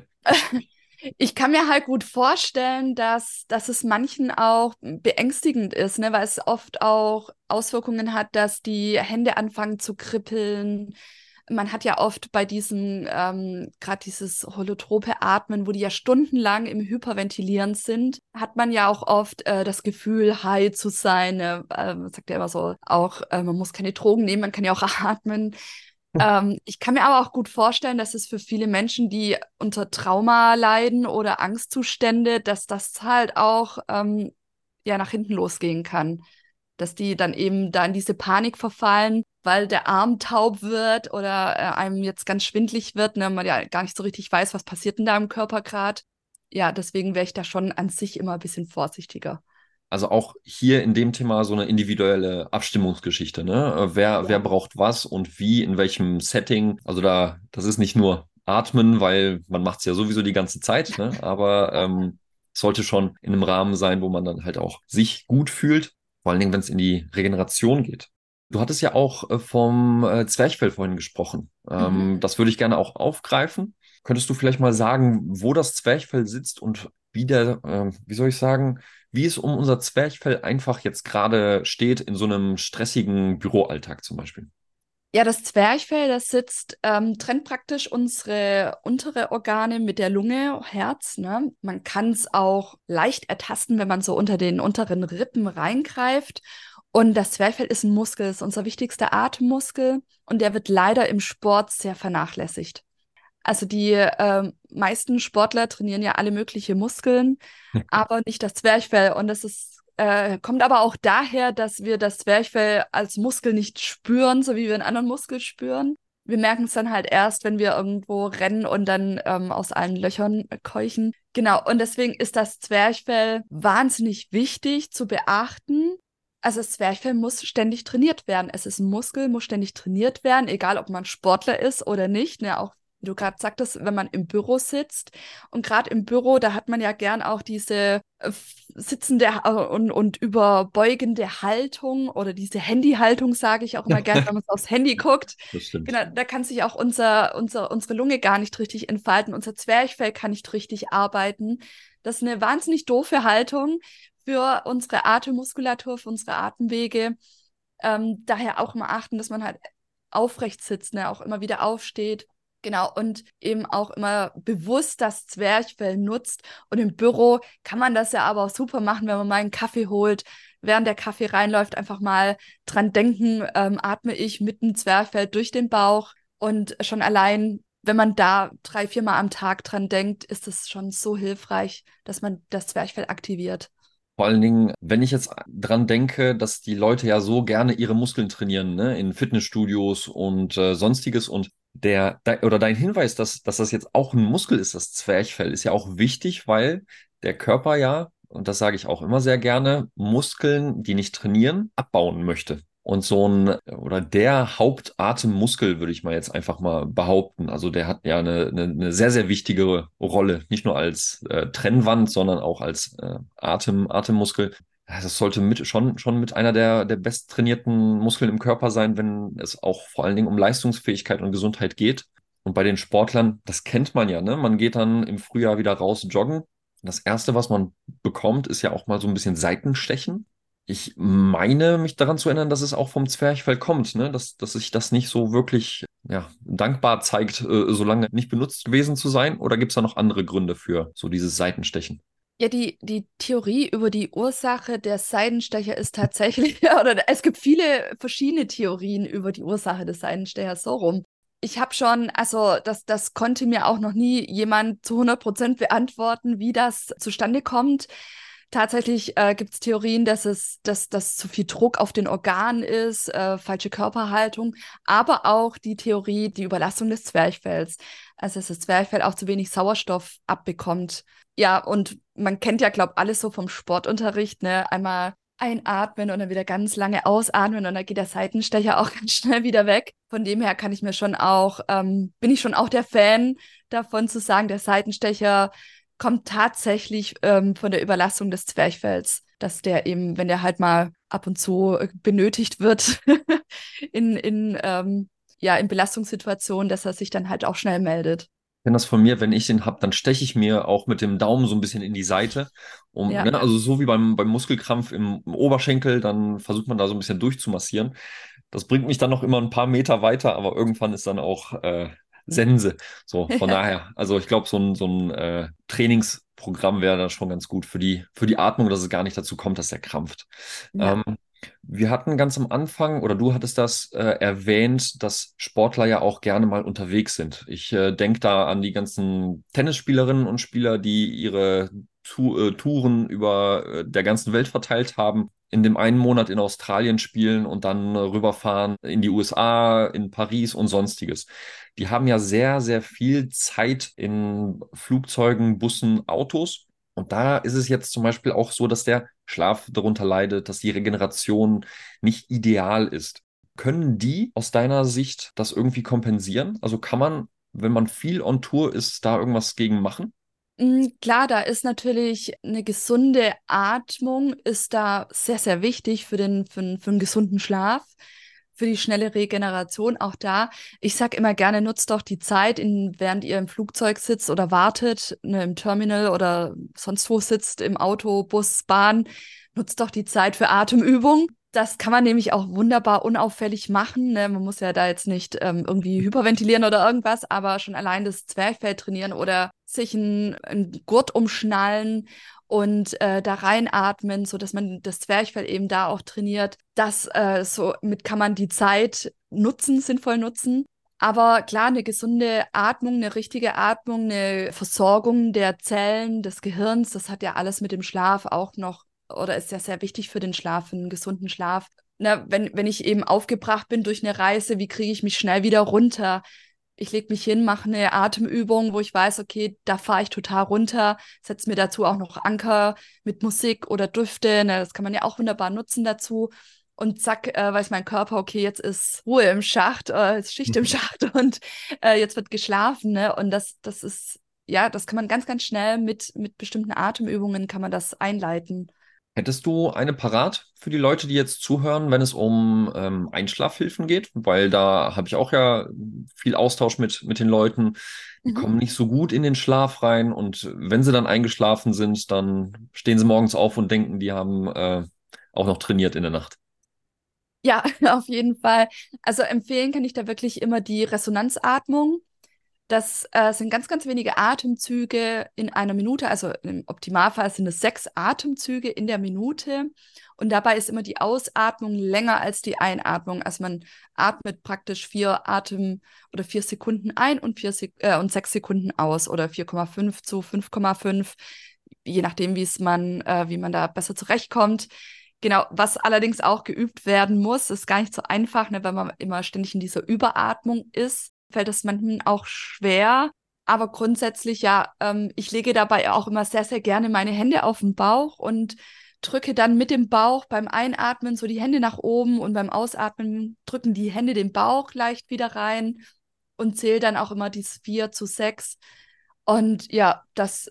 Ich kann mir halt gut vorstellen, dass es manchen auch beängstigend ist, ne, weil es oft auch Auswirkungen hat, dass die Hände anfangen zu kribbeln. Man hat ja oft bei diesem, gerade dieses holotrope Atmen, wo die ja stundenlang im Hyperventilieren sind, hat man ja auch oft das Gefühl, high zu sein. Ne? Man sagt ja immer so, auch man muss keine Drogen nehmen, man kann ja auch atmen. Ich kann mir aber auch gut vorstellen, dass es für viele Menschen, die unter Trauma leiden oder Angstzustände, dass das halt auch ja nach hinten losgehen kann. Dass die dann eben da in diese Panik verfallen, weil der Arm taub wird oder einem jetzt ganz schwindlig wird, ne, man ja gar nicht so richtig weiß, was passiert denn da im Körper gerade. Ja, deswegen wäre ich da schon an sich immer ein bisschen vorsichtiger. Also auch hier in dem Thema so eine individuelle Abstimmungsgeschichte, ne? Wer Ja. braucht was und wie, in welchem Setting. Also das ist nicht nur Atmen, weil man macht es ja sowieso die ganze Zeit, ne? Aber sollte schon in einem Rahmen sein, wo man dann halt auch sich gut fühlt, vor allen Dingen, wenn es in die Regeneration geht. Du hattest ja auch vom Zwerchfell vorhin gesprochen. Mhm. Das würde ich gerne auch aufgreifen. Könntest du vielleicht mal sagen, wo das Zwerchfell sitzt und wie soll ich sagen, wie es um unser Zwerchfell einfach jetzt gerade steht in so einem stressigen Büroalltag zum Beispiel? Ja, das Zwerchfell, das sitzt, trennt praktisch unsere untere Organe mit der Lunge, Herz, ne? Man kann es auch leicht ertasten, wenn man so unter den unteren Rippen reingreift. Und das Zwerchfell ist ein Muskel, ist unser wichtigster Atemmuskel und der wird leider im Sport sehr vernachlässigt. Also die meisten Sportler trainieren ja alle mögliche Muskeln, aber nicht das Zwerchfell. Und das ist, kommt aber auch daher, dass wir das Zwerchfell als Muskel nicht spüren, so wie wir einen anderen Muskel spüren. Wir merken es dann halt erst, wenn wir irgendwo rennen und dann aus allen Löchern keuchen. Genau, und deswegen ist das Zwerchfell wahnsinnig wichtig zu beachten. Also das Zwerchfell muss ständig trainiert werden. Es ist ein Muskel, muss ständig trainiert werden, egal ob man Sportler ist oder nicht. Ne, auch wie du gerade sagtest, wenn man im Büro sitzt. Und gerade im Büro, da hat man ja gern auch diese sitzende und überbeugende Haltung oder diese Handyhaltung, sage ich auch immer gern, wenn man aufs Handy guckt. Das stimmt. Genau, da kann sich auch unsere Lunge gar nicht richtig entfalten. Unser Zwerchfell kann nicht richtig arbeiten. Das ist eine wahnsinnig doofe Haltung für unsere Atemmuskulatur, für unsere Atemwege. Daher auch mal achten, dass man halt aufrecht sitzt, ne, auch immer wieder aufsteht. Genau, und eben auch immer bewusst das Zwerchfell nutzt. Und im Büro kann man das ja aber auch super machen, wenn man mal einen Kaffee holt. Während der Kaffee reinläuft, einfach mal dran denken, atme ich mit dem Zwerchfell durch den Bauch. Und schon allein, wenn man da 3, 4 Mal am Tag dran denkt, ist es schon so hilfreich, dass man das Zwerchfell aktiviert. Vor allen Dingen, wenn ich jetzt dran denke, dass die Leute ja so gerne ihre Muskeln trainieren, ne, in Fitnessstudios und sonstiges und oder dein Hinweis, dass das jetzt auch ein Muskel ist, das Zwerchfell, ist ja auch wichtig, weil der Körper ja, und das sage ich auch immer sehr gerne, Muskeln, die nicht trainieren, abbauen möchte. Und so ein, oder der Hauptatemmuskel, würde ich mal jetzt einfach mal behaupten. Also der hat ja eine sehr, sehr wichtige Rolle, nicht nur als Trennwand, sondern auch als Atemmuskel. Ja, das sollte schon mit einer der besttrainierten Muskeln im Körper sein, wenn es auch vor allen Dingen um Leistungsfähigkeit und Gesundheit geht. Und bei den Sportlern, das kennt man ja, ne? Man geht dann im Frühjahr wieder raus joggen. Das Erste, was man bekommt, ist ja auch mal so ein bisschen Seitenstechen. Ich meine, mich daran zu erinnern, dass es auch vom Zwerchfell kommt, ne? Dass sich das nicht so wirklich, ja, dankbar zeigt, so lange nicht benutzt gewesen zu sein. Oder gibt es da noch andere Gründe für so dieses Seitenstechen? Ja, die Theorie über die Ursache der Seidenstecher ist tatsächlich, oder es gibt viele verschiedene Theorien über die Ursache des Seidenstechers, so rum. Ich habe schon, also das konnte mir auch noch nie jemand zu 100% beantworten, wie das zustande kommt. Tatsächlich gibt es Theorien, dass zu viel Druck auf den Organen ist, falsche Körperhaltung, aber auch die Theorie, die Überlastung des Zwerchfells. Also dass das Zwerchfell auch zu wenig Sauerstoff abbekommt. Ja, und man kennt ja, glaube ich, alles so vom Sportunterricht, ne? Einmal einatmen und dann wieder ganz lange ausatmen und dann geht der Seitenstecher auch ganz schnell wieder weg. Von dem her kann ich mir schon auch, bin ich schon auch der Fan davon zu sagen, der Seitenstecher kommt tatsächlich von der Überlastung des Zwerchfells, dass der eben, wenn der halt mal ab und zu benötigt wird in Belastungssituationen, dass er sich dann halt auch schnell meldet. Kenne das von mir, wenn ich den hab, dann steche ich mir auch mit dem Daumen so ein bisschen in die Seite. Ja. Ne, also so wie beim Muskelkrampf im Oberschenkel, dann versucht man da so ein bisschen durchzumassieren. Das bringt mich dann noch immer ein paar Meter weiter, aber irgendwann ist dann auch Sense. So, von Ja. daher, also ich glaube, so ein Trainingsprogramm wäre da schon ganz gut für die Atmung, dass es gar nicht dazu kommt, dass er krampft. Ja. Ähm, Wir hatten ganz am Anfang, oder du hattest das erwähnt, dass Sportler ja auch gerne mal unterwegs sind. Ich denke da an die ganzen Tennisspielerinnen und Spieler, die ihre Touren über der ganzen Welt verteilt haben, in dem einen Monat in Australien spielen und dann rüberfahren in die USA, in Paris und sonstiges. Die haben ja sehr, sehr viel Zeit in Flugzeugen, Bussen, Autos. Und da ist es jetzt zum Beispiel auch so, dass der Schlaf darunter leidet, dass die Regeneration nicht ideal ist. Können die aus deiner Sicht das irgendwie kompensieren? Also kann man, wenn man viel on Tour ist, da irgendwas gegen machen? Klar, da ist natürlich eine gesunde Atmung, ist da sehr, sehr wichtig für einen gesunden Schlaf, für die schnelle Regeneration. Auch da, ich sag immer gerne, nutzt doch die Zeit, während ihr im Flugzeug sitzt oder wartet, ne, im Terminal oder sonst wo sitzt, im Auto, Bus, Bahn, nutzt doch die Zeit für Atemübung. Das kann man nämlich auch wunderbar unauffällig machen. Ne? Man muss ja da jetzt nicht irgendwie hyperventilieren oder irgendwas, aber schon allein das Zwerchfell trainieren oder sich einen Gurt umschnallen und da reinatmen, sodass man das Zwerchfell eben da auch trainiert. Somit kann man die Zeit nutzen, sinnvoll nutzen. Aber klar, eine gesunde Atmung, eine richtige Atmung, eine Versorgung der Zellen, des Gehirns, das hat ja alles mit dem Schlaf auch noch oder ist ja sehr wichtig für den Schlaf, für einen gesunden Schlaf. Na, wenn ich eben aufgebracht bin durch eine Reise, wie kriege ich mich schnell wieder runter? Ich lege mich hin, mache eine Atemübung, wo ich weiß, okay, da fahre ich total runter, setze mir dazu auch noch Anker mit Musik oder Düfte, ne, das kann man ja auch wunderbar nutzen dazu. Und zack, weiß mein Körper, okay, jetzt ist Ruhe im Schacht, ist Schicht im Schacht und jetzt wird geschlafen, ne? Und das ist, ja, das kann man ganz, ganz schnell mit bestimmten Atemübungen kann man das einleiten. Hättest du eine parat für die Leute, die jetzt zuhören, wenn es um Einschlafhilfen geht? Weil da habe ich auch ja viel Austausch mit den Leuten. Die Mhm. kommen nicht so gut in den Schlaf rein und wenn sie dann eingeschlafen sind, dann stehen sie morgens auf und denken, die haben auch noch trainiert in der Nacht. Ja, auf jeden Fall. Also empfehlen kann ich da wirklich immer die Resonanzatmung. Das sind ganz, ganz wenige Atemzüge in einer Minute. Also im Optimalfall sind es 6 Atemzüge in der Minute. Und dabei ist immer die Ausatmung länger als die Einatmung. Also man atmet praktisch 4 Atem oder 4 Sekunden ein und, und 6 Sekunden aus oder 4,5 zu 5,5, je nachdem, wie man da besser zurechtkommt. Genau, was allerdings auch geübt werden muss, ist gar nicht so einfach, ne, weil man immer ständig in dieser Überatmung ist, fällt es manchen auch schwer. Aber grundsätzlich, ja, ich lege dabei auch immer sehr, sehr gerne meine Hände auf den Bauch und drücke dann mit dem Bauch beim Einatmen so die Hände nach oben und beim Ausatmen drücken die Hände den Bauch leicht wieder rein und zähle dann auch immer dieses 4 zu 6. Und ja,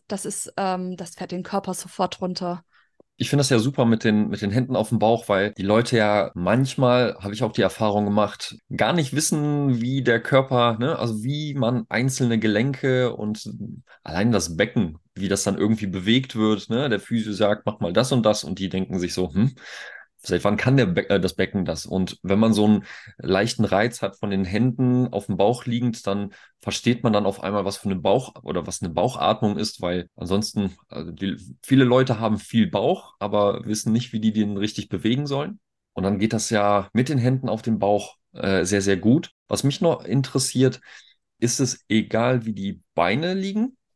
das fährt den Körper sofort runter. Ich finde das ja super mit den Händen auf dem Bauch, weil die Leute ja manchmal, habe ich auch die Erfahrung gemacht, gar nicht wissen, wie der Körper, ne, also wie man einzelne Gelenke und allein das Becken, wie das dann irgendwie bewegt wird, ne? Der Physio sagt, mach mal das und die denken sich so, seit wann kann das Becken das? Und wenn man so einen leichten Reiz hat von den Händen auf dem Bauch liegend, dann versteht man dann auf einmal, was für eine Bauch oder was eine Bauchatmung ist, weil ansonsten, also viele Leute haben viel Bauch, aber wissen nicht, wie die den richtig bewegen sollen. Und dann geht das ja mit den Händen auf dem Bauch sehr, sehr gut. Was mich noch interessiert, ist es egal, wie die Beine liegen?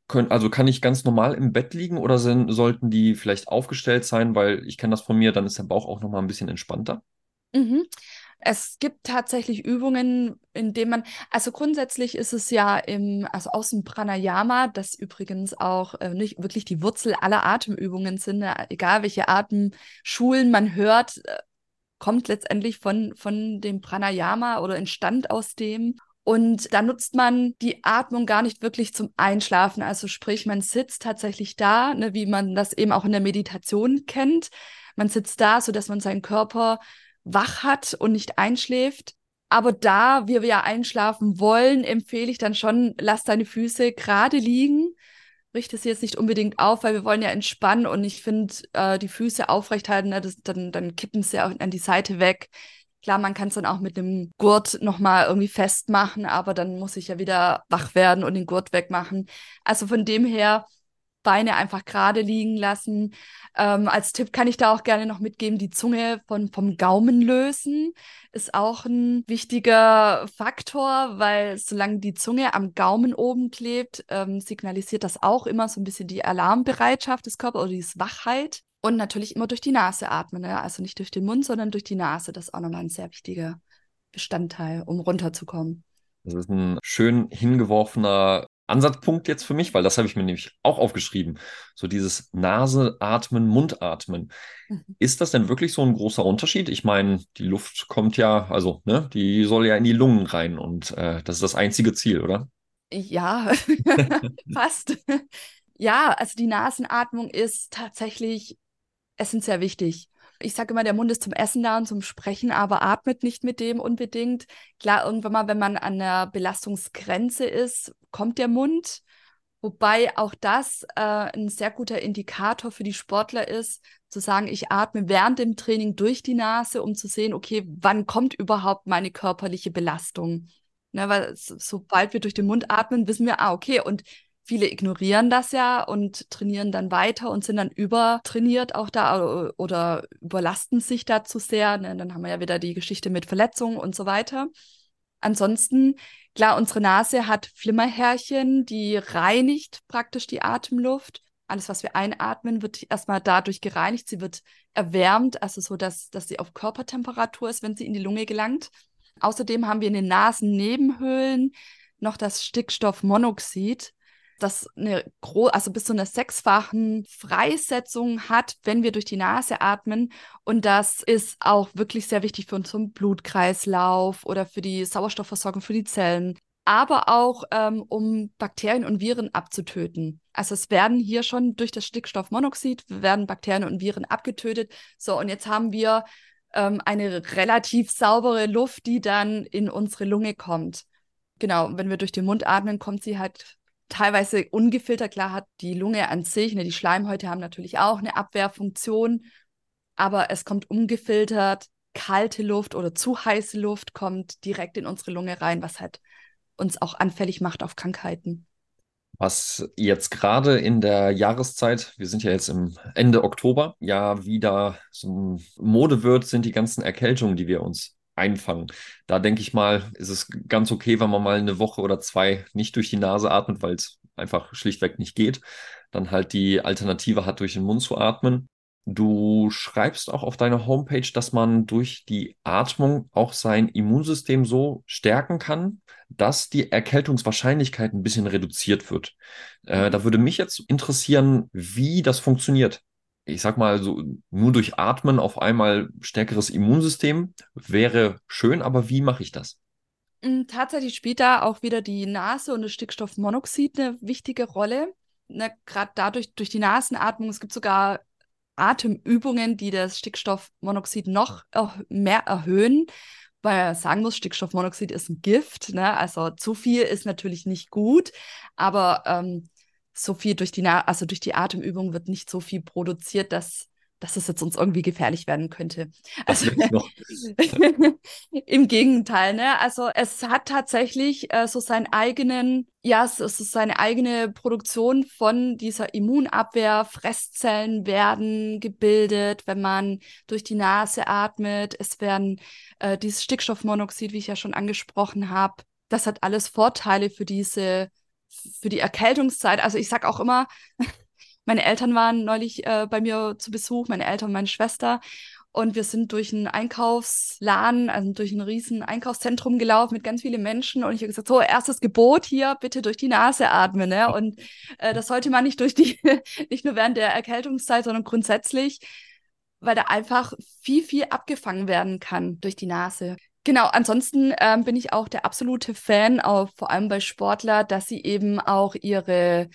Also kann ich ganz normal im Bett liegen oder sollten die vielleicht aufgestellt sein, weil ich kenne das von mir, dann ist der Bauch auch nochmal ein bisschen entspannter. Mhm. Es gibt tatsächlich Übungen, in denen man, also grundsätzlich ist es ja also aus dem Pranayama, das übrigens auch nicht wirklich die Wurzel aller Atemübungen sind, ne? Egal welche Atemschulen man hört, kommt letztendlich von dem Pranayama oder entstand aus dem. Und da nutzt man die Atmung gar nicht wirklich zum Einschlafen. Also sprich, man sitzt tatsächlich da, ne, wie man das eben auch in der Meditation kennt. Man sitzt da, sodass man seinen Körper wach hat und nicht einschläft. Aber da wir ja einschlafen wollen, empfehle ich dann schon, lass deine Füße gerade liegen. Richte sie jetzt nicht unbedingt auf, weil wir wollen ja entspannen und ich finde, die Füße aufrecht halten, ne, dann kippen sie auch an die Seite weg. Klar, man kann es dann auch mit einem Gurt nochmal irgendwie festmachen, aber dann muss ich ja wieder wach werden und den Gurt wegmachen. Also von dem her Beine einfach gerade liegen lassen. Als Tipp kann ich da auch gerne noch mitgeben, die Zunge vom Gaumen lösen ist auch ein wichtiger Faktor, weil solange die Zunge am Gaumen oben klebt, signalisiert das auch immer so ein bisschen die Alarmbereitschaft des Körpers oder die Wachheit. Und natürlich immer durch die Nase atmen, ne? Also nicht durch den Mund, sondern durch die Nase. Das ist auch nochmal ein sehr wichtiger Bestandteil, um runterzukommen. Das ist ein schön hingeworfener Ansatzpunkt jetzt für mich, weil das habe ich mir nämlich auch aufgeschrieben. So dieses Nase atmen, Mund atmen. Mhm. Ist das denn wirklich so ein großer Unterschied? Ich meine, die Luft kommt ja, also, ne, die soll ja in die Lungen rein und das ist das einzige Ziel, oder? Ja, fast. Ja, also die Nasenatmung ist tatsächlich essentiell wichtig. Ich sage immer, der Mund ist zum Essen da und zum Sprechen, aber atmet nicht mit dem unbedingt. Klar, irgendwann mal, wenn man an der Belastungsgrenze ist, kommt der Mund. Wobei auch das ein sehr guter Indikator für die Sportler ist, zu sagen, ich atme während dem Training durch die Nase, um zu sehen, okay, wann kommt überhaupt meine körperliche Belastung? Ne, weil sobald wir durch den Mund atmen, wissen wir, okay, und viele ignorieren das ja und trainieren dann weiter und sind dann übertrainiert auch da oder überlasten sich da zu sehr. Ne? Dann haben wir ja wieder die Geschichte mit Verletzungen und so weiter. Ansonsten, klar, unsere Nase hat Flimmerhärchen, die reinigt praktisch die Atemluft. Alles, was wir einatmen, wird erstmal dadurch gereinigt. Sie wird erwärmt, also so, dass sie auf Körpertemperatur ist, wenn sie in die Lunge gelangt. Außerdem haben wir in den Nasennebenhöhlen noch das Stickstoffmonoxid, das also bis zu einer sechsfachen Freisetzung hat, wenn wir durch die Nase atmen. Und das ist auch wirklich sehr wichtig für unseren Blutkreislauf oder für die Sauerstoffversorgung für die Zellen, aber auch um Bakterien und Viren abzutöten. Also es werden hier schon durch das Stickstoffmonoxid werden Bakterien und Viren abgetötet. So, und jetzt haben wir eine relativ saubere Luft, die dann in unsere Lunge kommt. Genau, wenn wir durch den Mund atmen, kommt sie halt teilweise ungefiltert. Klar hat die Lunge an sich, ne, die Schleimhäute haben natürlich auch eine Abwehrfunktion, aber es kommt ungefiltert, kalte Luft oder zu heiße Luft kommt direkt in unsere Lunge rein, was halt uns auch anfällig macht auf Krankheiten. Was jetzt gerade in der Jahreszeit, wir sind ja jetzt im Ende Oktober, ja wieder so Mode wird, sind die ganzen Erkältungen, die wir uns einfangen. Da denke ich mal, ist es ganz okay, wenn man mal eine Woche oder zwei nicht durch die Nase atmet, weil es einfach schlichtweg nicht geht. Dann halt die Alternative hat, durch den Mund zu atmen. Du schreibst auch auf deiner Homepage, dass man durch die Atmung auch sein Immunsystem so stärken kann, dass die Erkältungswahrscheinlichkeit ein bisschen reduziert wird. Mhm. Da würde mich jetzt interessieren, wie das funktioniert. Ich sag mal, so nur durch Atmen auf einmal stärkeres Immunsystem wäre schön, aber wie mache ich das? Tatsächlich spielt da auch wieder die Nase und das Stickstoffmonoxid eine wichtige Rolle. Ne, gerade dadurch, durch die Nasenatmung, es gibt sogar Atemübungen, die das Stickstoffmonoxid noch mehr erhöhen, weil man sagen muss, Stickstoffmonoxid ist ein Gift, ne? Also zu viel ist natürlich nicht gut, aber so viel also durch die Atemübung wird nicht so viel produziert, dass es jetzt uns irgendwie gefährlich werden könnte. Das Also wäre noch. im Gegenteil, ne? Also es hat tatsächlich so seinen eigenen, ja, es ist seine eigene Produktion von dieser Immunabwehr. Fresszellen werden gebildet, wenn man durch die Nase atmet. Es werden dieses Stickstoffmonoxid, wie ich ja schon angesprochen habe, das hat alles Vorteile für diese für die Erkältungszeit. Also ich sag auch immer, meine Eltern waren neulich bei mir zu Besuch, meine Eltern und meine Schwester. Und wir sind durch einen Einkaufsladen, also durch ein riesen Einkaufszentrum gelaufen mit ganz vielen Menschen. Und ich habe gesagt, so, erstes Gebot hier, bitte durch die Nase atmen. Ne? Und das sollte man nicht nicht nur während der Erkältungszeit, sondern grundsätzlich, weil da einfach viel abgefangen werden kann durch die Nase. Genau, ansonsten bin ich auch der absolute Fan, auch vor allem bei Sportler, dass sie eben auch ihre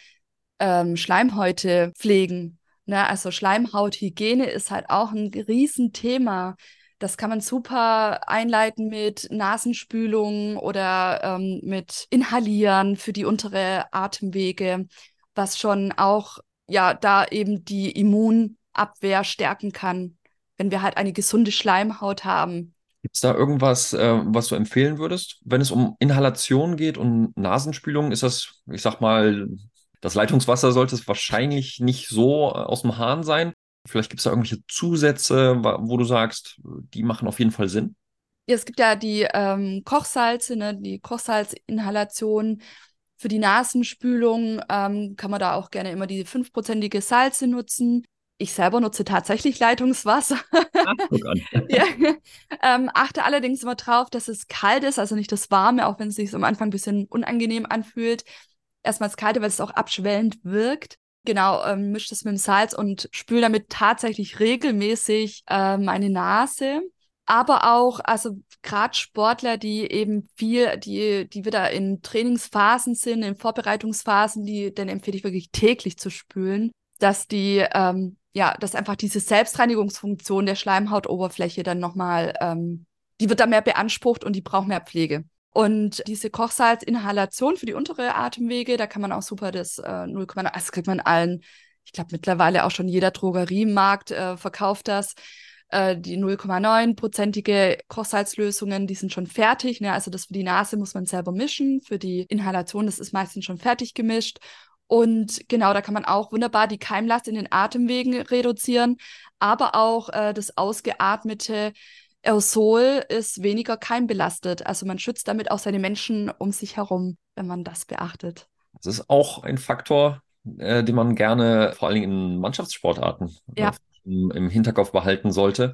Schleimhäute pflegen. Ne? Also Schleimhauthygiene ist halt auch ein Riesenthema. Das kann man super einleiten mit Nasenspülung oder mit Inhalieren für die untere Atemwege, was schon auch ja da eben die Immunabwehr stärken kann, wenn wir halt eine gesunde Schleimhaut haben. Gibt es da irgendwas, was du empfehlen würdest? Wenn es um Inhalation geht und Nasenspülung, ist das, ich sag mal, das Leitungswasser sollte es wahrscheinlich nicht so aus dem Hahn sein. Vielleicht gibt es da irgendwelche Zusätze, wo du sagst, die machen auf jeden Fall Sinn. Ja, es gibt ja die Kochsalze, ne, die Kochsalzinhalation. Für die Nasenspülung kann man da auch gerne immer die 5%ige Salze nutzen. Ich selber nutze tatsächlich Leitungswasser. Ah, guck an. Ja. Achte allerdings immer drauf, dass es kalt ist, also nicht das Warme, auch wenn es sich am Anfang ein bisschen unangenehm anfühlt. Erstmal das Kalte, weil es auch abschwellend wirkt. Genau, misch das mit dem Salz und spül damit tatsächlich regelmäßig meine Nase. Aber auch, also gerade Sportler, die eben die wieder in Trainingsphasen sind, in Vorbereitungsphasen, dann empfehle ich wirklich täglich zu spülen, dass dass einfach diese Selbstreinigungsfunktion der Schleimhautoberfläche dann nochmal, die wird da mehr beansprucht und die braucht mehr Pflege. Und diese Kochsalzinhalation für die untere Atemwege, da kann man auch super das 0,9, also das kriegt man allen, ich glaube mittlerweile auch schon jeder Drogeriemarkt verkauft das. Die 0,9%ige Kochsalzlösungen, die sind schon fertig. Ne? Also das für die Nase muss man selber mischen. Für die Inhalation, das ist meistens schon fertig gemischt. Und genau, da kann man auch wunderbar die Keimlast in den Atemwegen reduzieren, aber auch das ausgeatmete Aerosol ist weniger keimbelastet. Also man schützt damit auch seine Menschen um sich herum, wenn man das beachtet. Das ist auch ein Faktor, den man gerne vor allen Dingen in Mannschaftssportarten Ja, im Hinterkopf behalten sollte.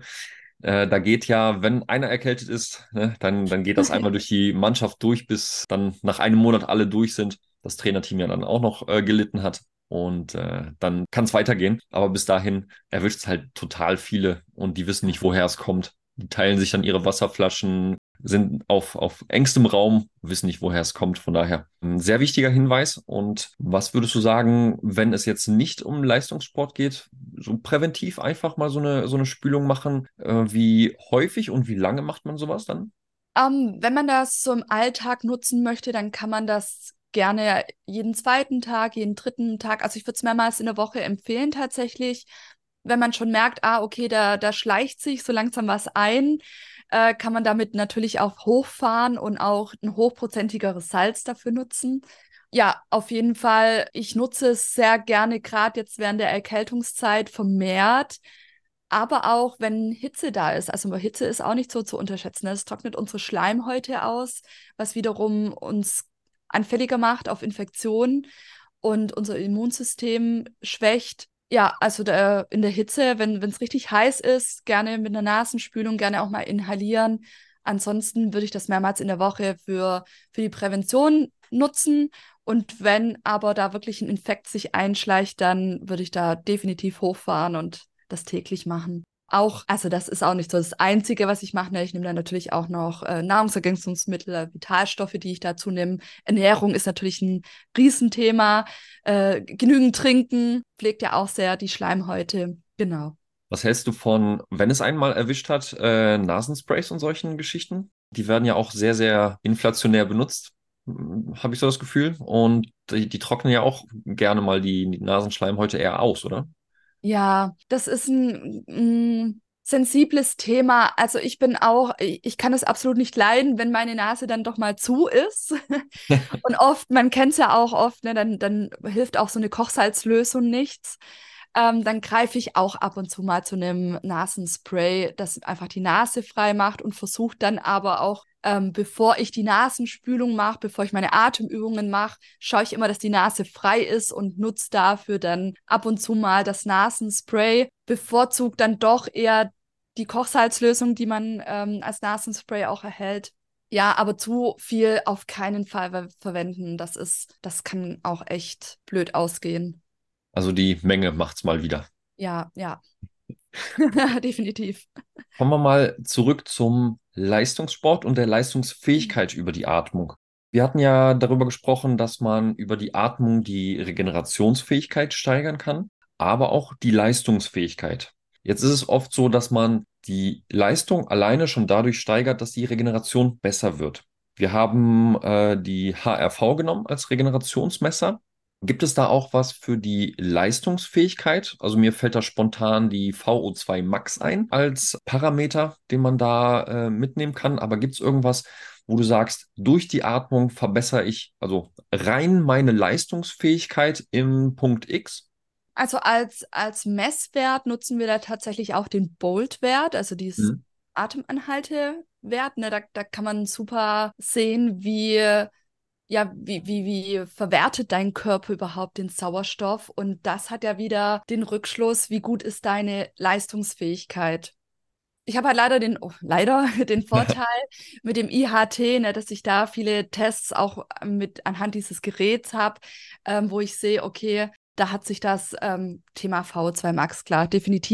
Da geht ja, wenn einer erkältet ist, ne, dann geht das einmal durch die Mannschaft durch, bis dann nach einem Monat alle durch sind. Das Trainerteam ja dann auch noch gelitten hat. Und dann kann es weitergehen. Aber bis dahin erwischt es halt total viele und die wissen nicht, woher es kommt. Die teilen sich dann ihre Wasserflaschen, sind auf engstem Raum, wissen nicht, woher es kommt. Von daher ein sehr wichtiger Hinweis. Und was würdest du sagen, wenn es jetzt nicht um Leistungssport geht, so präventiv einfach mal so eine Spülung machen? Wie häufig und wie lange macht man sowas dann? wenn man das so im Alltag nutzen möchte, dann kann man das gerne jeden zweiten Tag, jeden dritten Tag, also ich würde es mehrmals in der Woche empfehlen tatsächlich. Wenn man schon merkt, okay, da schleicht sich so langsam was ein, kann man damit natürlich auch hochfahren und auch ein hochprozentigeres Salz dafür nutzen. Ja, auf jeden Fall. Ich nutze es sehr gerne, gerade jetzt während der Erkältungszeit vermehrt. Aber auch, wenn Hitze da ist. Also Hitze ist auch nicht so zu unterschätzen. Es trocknet unsere Schleimhäute aus, was wiederum uns anfälliger macht auf Infektionen und unser Immunsystem schwächt. Ja, also in der Hitze, wenn es richtig heiß ist, gerne mit einer Nasenspülung, gerne auch mal inhalieren. Ansonsten würde ich das mehrmals in der Woche für die Prävention nutzen. Und wenn aber da wirklich ein Infekt sich einschleicht, dann würde ich da definitiv hochfahren und das täglich machen. Auch, also das ist auch nicht so das Einzige, was ich mache. Ne? Ich nehme dann natürlich auch noch Nahrungsergänzungsmittel, Vitalstoffe, die ich dazu nehme. Ernährung ist natürlich ein Riesenthema. Genügend trinken pflegt ja auch sehr die Schleimhäute. Genau. Was hältst du von, wenn es einmal erwischt hat, Nasensprays und solchen Geschichten? Die werden ja auch sehr, sehr inflationär benutzt, habe ich so das Gefühl. Und die trocknen ja auch gerne mal die Nasenschleimhäute eher aus, oder? Ja, das ist ein sensibles Thema. Also ich kann es absolut nicht leiden, wenn meine Nase dann doch mal zu ist. Und oft, man kennt es ja auch oft, ne, dann hilft auch so eine Kochsalzlösung nichts. dann greife ich auch ab und zu mal zu einem Nasenspray, das einfach die Nase frei macht und versuche dann aber auch, bevor ich die Nasenspülung mache, bevor ich meine Atemübungen mache, schaue ich immer, dass die Nase frei ist und nutze dafür dann ab und zu mal das Nasenspray. Bevorzugt dann doch eher die Kochsalzlösung, die man als Nasenspray auch erhält. Ja, aber zu viel auf keinen Fall verwenden. Das kann auch echt blöd ausgehen. Also die Menge macht's mal wieder. Ja, ja, definitiv. Kommen wir mal zurück zum Leistungssport und der Leistungsfähigkeit über die Atmung. Wir hatten ja darüber gesprochen, dass man über die Atmung die Regenerationsfähigkeit steigern kann, aber auch die Leistungsfähigkeit. Jetzt ist es oft so, dass man die Leistung alleine schon dadurch steigert, dass die Regeneration besser wird. Wir haben die HRV genommen als Regenerationsmesser. Gibt es da auch was für die Leistungsfähigkeit? Also mir fällt da spontan die VO2 Max ein als Parameter, den man da mitnehmen kann. Aber gibt es irgendwas, wo du sagst, durch die Atmung verbessere ich also rein meine Leistungsfähigkeit im Punkt X? Also als Messwert nutzen wir da tatsächlich auch den Bolt-Wert, also dieses Mhm. Atemanhalte-Wert. Ne? Da kann man super sehen, wie verwertet dein Körper überhaupt den Sauerstoff? Und das hat ja wieder den Rückschluss, wie gut ist deine Leistungsfähigkeit. Ich habe halt leider den Vorteil mit dem IHT, ne, dass ich da viele Tests auch mit anhand dieses Geräts habe, wo ich sehe, okay, da hat sich das Thema VO2 Max klar.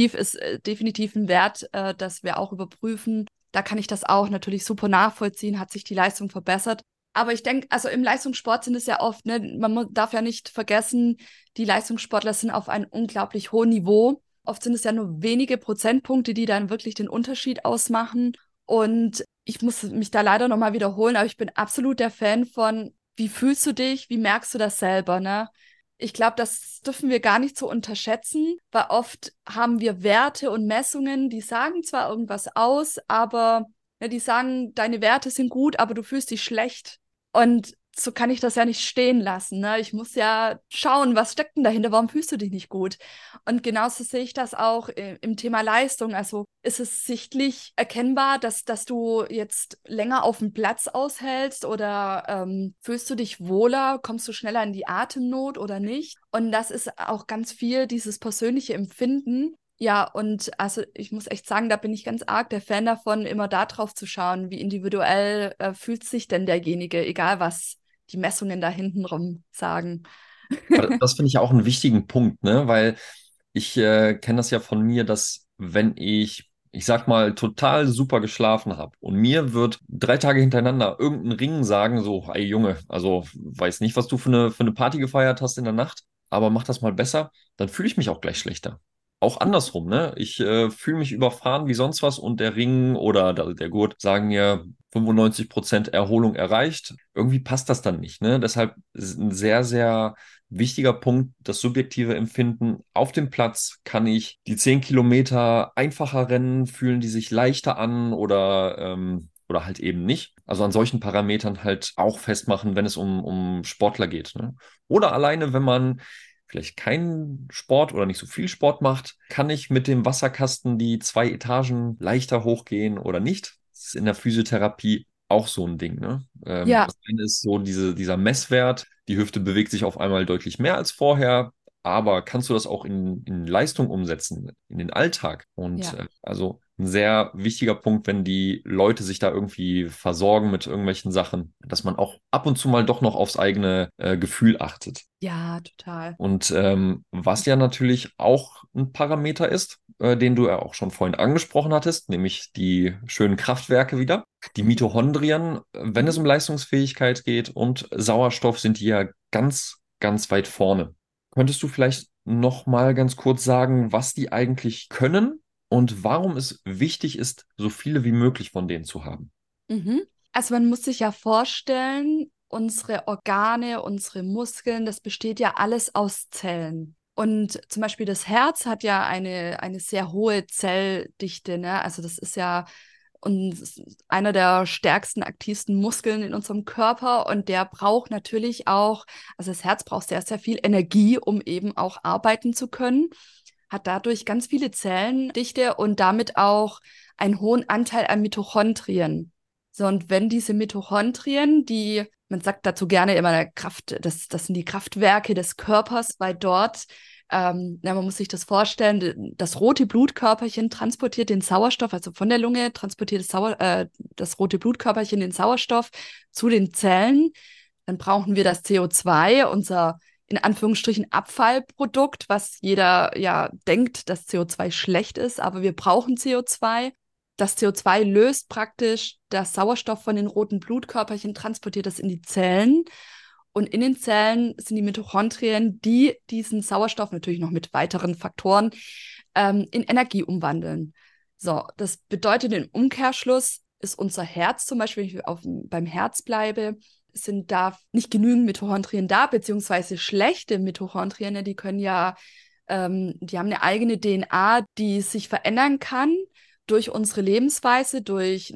Definitiv ein Wert, das wir auch überprüfen. Da kann ich das auch natürlich super nachvollziehen, hat sich die Leistung verbessert. Aber ich denke, also im Leistungssport sind es ja oft, ne, darf ja nicht vergessen, die Leistungssportler sind auf einem unglaublich hohen Niveau. Oft sind es ja nur wenige Prozentpunkte, die dann wirklich den Unterschied ausmachen. Und ich muss mich da leider nochmal wiederholen, aber ich bin absolut der Fan von, wie fühlst du dich, wie merkst du das selber, ne? Ich glaube, das dürfen wir gar nicht so unterschätzen, weil oft haben wir Werte und Messungen, die sagen zwar irgendwas aus, aber ja, die sagen, deine Werte sind gut, aber du fühlst dich schlecht. Und so kann ich das ja nicht stehen lassen, ne? Ich muss ja schauen, was steckt denn dahinter, warum fühlst du dich nicht gut? Und genauso sehe ich das auch im Thema Leistung. Also ist es sichtlich erkennbar, dass du jetzt länger auf dem Platz aushältst oder fühlst du dich wohler, kommst du schneller in die Atemnot oder nicht? Und das ist auch ganz viel dieses persönliche Empfinden. Ja, und also ich muss echt sagen, da bin ich ganz arg der Fan davon, immer da drauf zu schauen, wie individuell fühlt sich denn derjenige, egal was die Messungen da hintenrum sagen. Aber das finde ich ja auch einen wichtigen Punkt, ne? Weil ich kenne das ja von mir, dass wenn ich sag mal, total super geschlafen habe und mir wird 3 Tage hintereinander irgendein Ring sagen, so, ey Junge, also weiß nicht, was du für eine Party gefeiert hast in der Nacht, aber mach das mal besser, dann fühle ich mich auch gleich schlechter. Auch andersrum, ne? Ich fühle mich überfahren wie sonst was und der Ring oder der Gurt sagen mir 95% Erholung erreicht. Irgendwie passt das dann nicht, ne? Deshalb ist ein sehr, sehr wichtiger Punkt, das subjektive Empfinden. Auf dem Platz kann ich die 10 Kilometer einfacher rennen, fühlen die sich leichter an oder halt eben nicht. Also an solchen Parametern halt auch festmachen, wenn es um Sportler geht. Ne? Oder alleine, wenn man vielleicht keinen Sport oder nicht so viel Sport macht, kann ich mit dem Wasserkasten die 2 Etagen leichter hochgehen oder nicht. Das ist in der Physiotherapie auch so ein Ding, ne? Ja, Das eine ist so dieser Messwert, die Hüfte bewegt sich auf einmal deutlich mehr als vorher, aber kannst du das auch in Leistung umsetzen, in den Alltag? Und ja. also ein sehr wichtiger Punkt, wenn die Leute sich da irgendwie versorgen mit irgendwelchen Sachen, dass man auch ab und zu mal doch noch aufs eigene Gefühl achtet. Ja, total. Und was ja natürlich auch ein Parameter ist, den du ja auch schon vorhin angesprochen hattest, nämlich die schönen Kraftwerke wieder. Die Mitochondrien, wenn es Mhm. um Leistungsfähigkeit geht und Sauerstoff, sind die ja ganz, ganz weit vorne. Könntest du vielleicht noch mal ganz kurz sagen, was die eigentlich können und warum es wichtig ist, so viele wie möglich von denen zu haben? Mhm. Also man muss sich ja vorstellen, unsere Organe, unsere Muskeln, das besteht ja alles aus Zellen. Und zum Beispiel das Herz hat ja eine sehr hohe Zelldichte, ne? Also das ist ja einer der stärksten, aktivsten Muskeln in unserem Körper und der braucht natürlich auch, also das Herz braucht sehr, sehr viel Energie, um eben auch arbeiten zu können. hat dadurch ganz viele Zellendichte und damit auch einen hohen Anteil an Mitochondrien. So, und wenn diese Mitochondrien, die, man sagt dazu gerne immer Kraft, das sind die Kraftwerke des Körpers, weil dort, man muss sich das vorstellen, das rote Blutkörperchen transportiert den Sauerstoff, also von der Lunge transportiert das rote Blutkörperchen den Sauerstoff zu den Zellen. Dann brauchen wir das CO2, unser in Anführungsstrichen Abfallprodukt, was jeder ja denkt, dass CO2 schlecht ist, aber wir brauchen CO2. Das CO2 löst praktisch das Sauerstoff von den roten Blutkörperchen, transportiert das in die Zellen. Und in den Zellen sind die Mitochondrien, die diesen Sauerstoff natürlich noch mit weiteren Faktoren in Energie umwandeln. So, das bedeutet im Umkehrschluss ist unser Herz zum Beispiel, wenn ich beim Herz bleibe, sind da nicht genügend Mitochondrien da, beziehungsweise schlechte Mitochondrien, die können ja, die haben eine eigene DNA, die sich verändern kann durch unsere Lebensweise, durch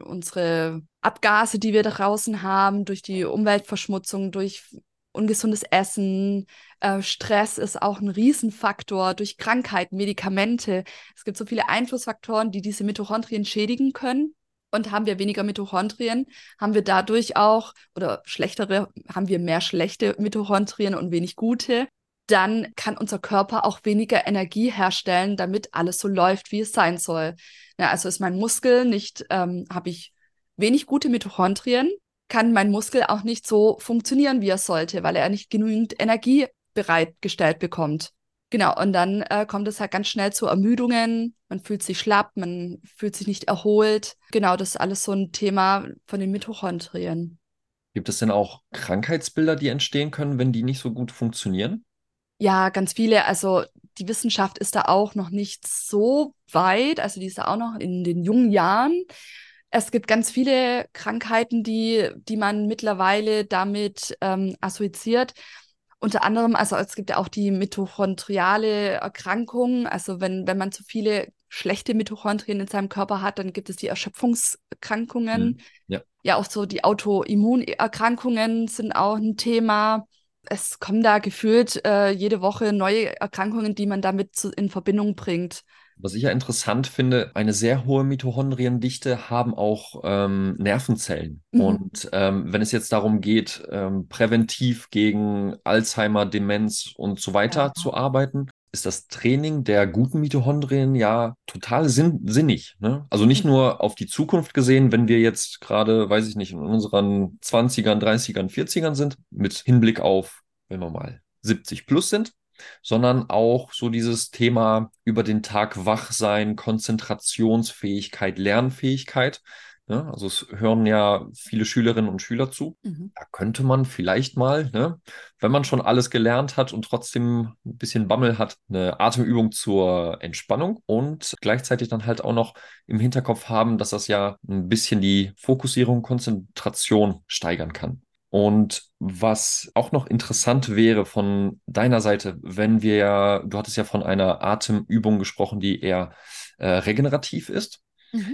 unsere Abgase, die wir draußen haben, durch die Umweltverschmutzung, durch ungesundes Essen. Stress ist auch ein Riesenfaktor, durch Krankheiten, Medikamente. Es gibt so viele Einflussfaktoren, die diese Mitochondrien schädigen können. Und haben wir weniger Mitochondrien, haben wir dadurch auch, oder haben wir mehr schlechte Mitochondrien und wenig gute, dann kann unser Körper auch weniger Energie herstellen, damit alles so läuft, wie es sein soll. Ja, also ist mein Muskel nicht, habe ich wenig gute Mitochondrien, kann mein Muskel auch nicht so funktionieren, wie er sollte, weil er nicht genügend Energie bereitgestellt bekommt. Genau, und dann kommt es halt ganz schnell zu Ermüdungen, man fühlt sich schlapp, man fühlt sich nicht erholt. Genau, das ist alles so ein Thema von den Mitochondrien. Gibt es denn auch Krankheitsbilder, die entstehen können, wenn die nicht so gut funktionieren? Ja, ganz viele. Also die Wissenschaft ist da auch noch nicht so weit. Also die ist da auch noch in den jungen Jahren. Es gibt ganz viele Krankheiten, die man mittlerweile damit assoziiert. Unter anderem, also es gibt ja auch die mitochondriale Erkrankung. Also wenn man zu viele schlechte Mitochondrien in seinem Körper hat, dann gibt es die Erschöpfungskrankungen. Mhm. Ja. Ja, auch so die Autoimmunerkrankungen sind auch ein Thema. Es kommen da gefühlt jede Woche neue Erkrankungen, die man damit in Verbindung bringt. Was ich ja interessant finde, eine sehr hohe Mitochondriendichte haben auch Nervenzellen. Mhm. Und wenn es jetzt darum geht, präventiv gegen Alzheimer, Demenz und so weiter Ja. zu arbeiten, ist das Training der guten Mitochondrien ja total sinnig. Ne? Also nicht nur auf die Zukunft gesehen, wenn wir jetzt gerade, weiß ich nicht, in unseren 20ern, 30ern, 40ern sind, mit Hinblick auf, wenn wir mal 70 plus sind, sondern auch so dieses Thema über den Tag wach sein, Konzentrationsfähigkeit, Lernfähigkeit. Ne? Also es hören ja viele Schülerinnen und Schüler zu. Mhm. Da könnte man vielleicht mal, ne, wenn man schon alles gelernt hat und trotzdem ein bisschen Bammel hat, eine Atemübung zur Entspannung und gleichzeitig dann halt auch noch im Hinterkopf haben, dass das ja ein bisschen die Fokussierung, Konzentration steigern kann. Und was auch noch interessant wäre von deiner Seite, wenn wir ja, du hattest ja von einer Atemübung gesprochen, die eher regenerativ ist. Mhm.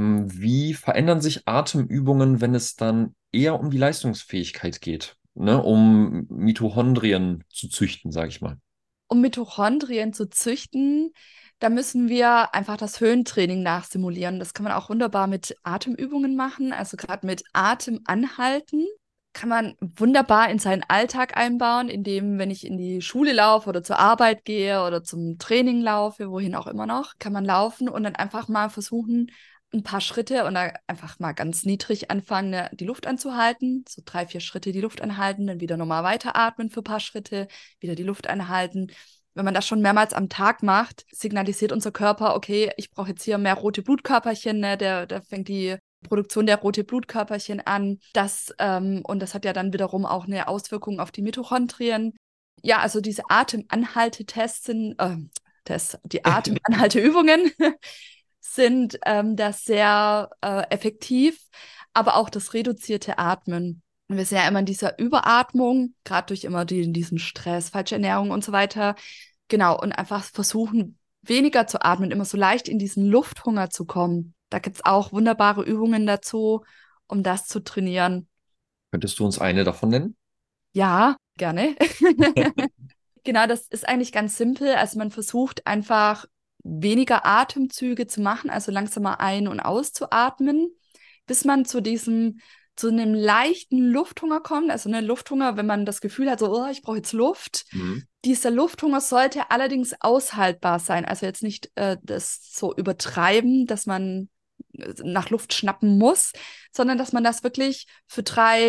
Wie verändern sich Atemübungen, wenn es dann eher um die Leistungsfähigkeit geht, ne? Um Mitochondrien zu züchten, sage ich mal. Um Mitochondrien zu züchten, da müssen wir einfach das Höhentraining nachsimulieren. Das kann man auch wunderbar mit Atemübungen machen, also gerade mit Atemanhalten. Kann man wunderbar in seinen Alltag einbauen, indem, wenn ich in die Schule laufe oder zur Arbeit gehe oder zum Training laufe, wohin auch immer noch, kann man laufen und dann einfach mal versuchen, ein paar Schritte und da einfach mal ganz niedrig anfangen, die Luft anzuhalten, so 3, 4 Schritte die Luft anhalten, dann wieder normal weiteratmen für ein paar Schritte, wieder die Luft anhalten. Wenn man das schon mehrmals am Tag macht, signalisiert unser Körper, okay, ich brauche jetzt hier mehr rote Blutkörperchen, ne? Da fängt die Produktion der rote Blutkörperchen an. Und das hat ja dann wiederum auch eine Auswirkung auf die Mitochondrien. Ja, also diese Atemanhalte-Tests die Atemanhalteübungen sind das sehr effektiv, aber auch das reduzierte Atmen. Und wir sind ja immer in dieser Überatmung, gerade durch immer diesen Stress, falsche Ernährung und so weiter. Genau, und einfach versuchen, weniger zu atmen, immer so leicht in diesen Lufthunger zu kommen. Da gibt es auch wunderbare Übungen dazu, um das zu trainieren. Könntest du uns eine davon nennen? Ja, gerne. Genau, das ist eigentlich ganz simpel. Also man versucht einfach weniger Atemzüge zu machen, also langsamer ein- und auszuatmen, bis man zu einem leichten Lufthunger kommt. Also eine Lufthunger, wenn man das Gefühl hat, so, oh, ich brauche jetzt Luft. Mhm. Dieser Lufthunger sollte allerdings aushaltbar sein. Also jetzt nicht das so übertreiben, dass man nach Luft schnappen muss, sondern dass man das wirklich für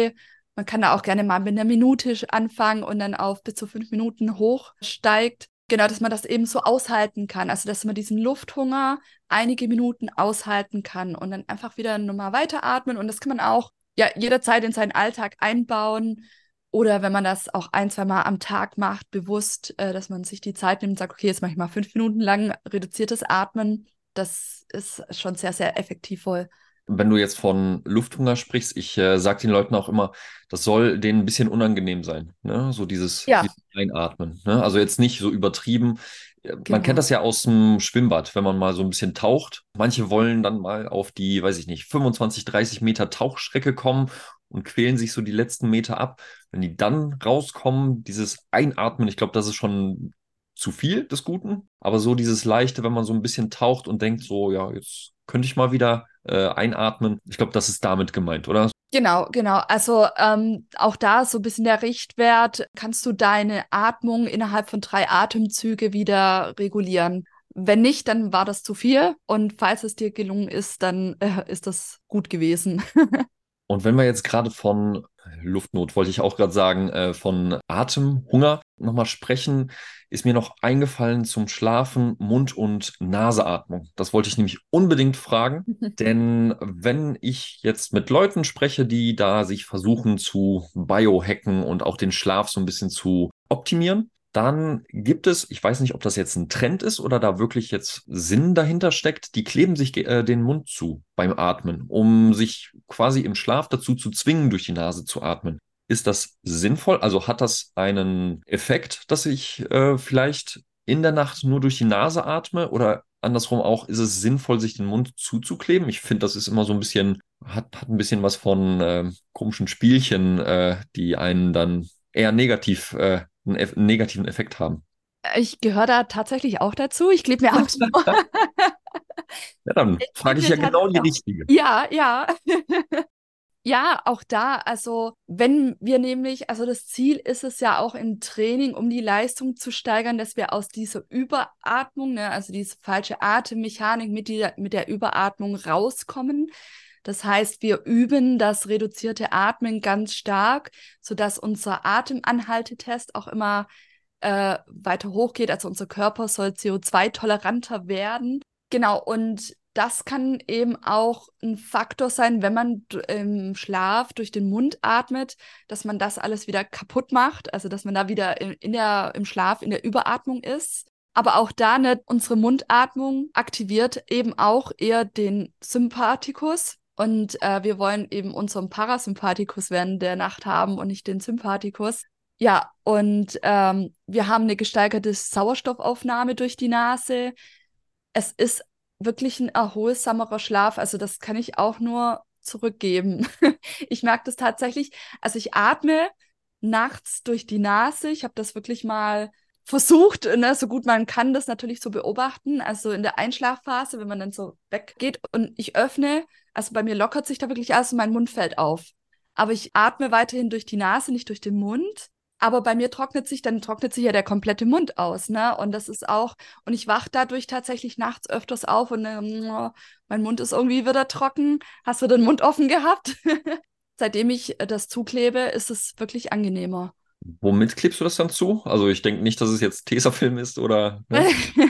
man kann da auch gerne mal mit einer Minute anfangen und dann auf bis zu 5 Minuten hochsteigt. Genau, dass man das eben so aushalten kann. Also, dass man diesen Lufthunger einige Minuten aushalten kann und dann einfach wieder nochmal weiteratmen. Und das kann man auch ja jederzeit in seinen Alltag einbauen. Oder wenn man das auch ein, zwei Mal am Tag macht, bewusst, dass man sich die Zeit nimmt und sagt, okay, jetzt mache ich mal 5 Minuten lang reduziertes Atmen. Das ist schon sehr, sehr effektiv wohl. Wenn du jetzt von Lufthunger sprichst, ich sage den Leuten auch immer, das soll denen ein bisschen unangenehm sein, ne? So Ja, dieses Einatmen, ne? Also jetzt nicht so übertrieben. Man kennt genau. das ja aus dem Schwimmbad, wenn man mal so ein bisschen taucht. Manche wollen dann mal auf die, weiß ich nicht, 25, 30 Meter Tauchstrecke kommen und quälen sich so die letzten Meter ab. Wenn die dann rauskommen, dieses Einatmen, ich glaube, das ist schon zu viel des Guten. Aber so dieses Leichte, wenn man so ein bisschen taucht und denkt, so, ja, jetzt könnte ich mal wieder einatmen. Ich glaube, das ist damit gemeint, oder? Genau, genau. Also auch da so ein bisschen der Richtwert, kannst du deine Atmung innerhalb von 3 Atemzüge wieder regulieren. Wenn nicht, dann war das zu viel. Und falls es dir gelungen ist, dann ist das gut gewesen. Und wenn wir jetzt gerade von Luftnot, wollte ich auch gerade sagen, von Atemhunger nochmal sprechen, ist mir noch eingefallen zum Schlafen Mund- und Naseatmung. Das wollte ich nämlich unbedingt fragen, denn wenn ich jetzt mit Leuten spreche, die da sich versuchen zu biohacken und auch den Schlaf so ein bisschen zu optimieren, dann gibt es, ich weiß nicht, ob das jetzt ein Trend ist oder da wirklich jetzt Sinn dahinter steckt, die kleben sich den Mund zu beim Atmen, um sich quasi im Schlaf dazu zu zwingen, durch die Nase zu atmen. Ist das sinnvoll? Also hat das einen Effekt, dass ich vielleicht in der Nacht nur durch die Nase atme oder andersrum auch, ist es sinnvoll, sich den Mund zuzukleben? Ich finde, das ist immer so ein bisschen, hat ein bisschen was von komischen Spielchen, die einen dann eher negativ einen negativen Effekt haben. Ich gehöre da tatsächlich auch dazu. Ich klebe mir auch so. Ja, dann Ich frage klebe ich mir ja genau die tatsächlich auch. richtige. Ja, ja. Ja, auch da, also wenn wir nämlich, also das Ziel ist es ja auch im Training, um die Leistung zu steigern, dass wir aus dieser Überatmung, ne, also diese falsche Atemmechanik mit der Überatmung rauskommen. Das heißt, wir üben das reduzierte Atmen ganz stark, sodass unser Atemanhaltetest auch immer weiter hochgeht. Also unser Körper soll CO2-toleranter werden. Genau, und das kann eben auch ein Faktor sein, wenn man im Schlaf durch den Mund atmet, dass man das alles wieder kaputt macht, also dass man da wieder im Schlaf in der Überatmung ist. Aber auch da, ne, unsere Mundatmung aktiviert eben auch eher den Sympathikus. Und wir wollen eben unseren Parasympathikus während der Nacht haben und nicht den Sympathikus. Ja, und wir haben eine gesteigerte Sauerstoffaufnahme durch die Nase. Es ist wirklich ein erholsamerer Schlaf. Also das kann ich auch nur zurückgeben. Ich merke das tatsächlich. Also ich atme nachts durch die Nase. Ich habe das wirklich mal versucht, ne, so gut man kann das natürlich so beobachten. Also in der Einschlafphase, wenn man dann so weggeht und ich öffne, also bei mir lockert sich da wirklich alles und mein Mund fällt auf. Aber ich atme weiterhin durch die Nase, nicht durch den Mund. Aber bei mir dann trocknet sich ja der komplette Mund aus, ne? Und das ist auch, und ich wache dadurch tatsächlich nachts öfters auf und mein Mund ist irgendwie wieder trocken. Hast du den Mund offen gehabt? Seitdem ich das zuklebe, ist es wirklich angenehmer. Womit klebst du das dann zu? Also ich denke nicht, dass es jetzt Tesafilm ist oder, ne?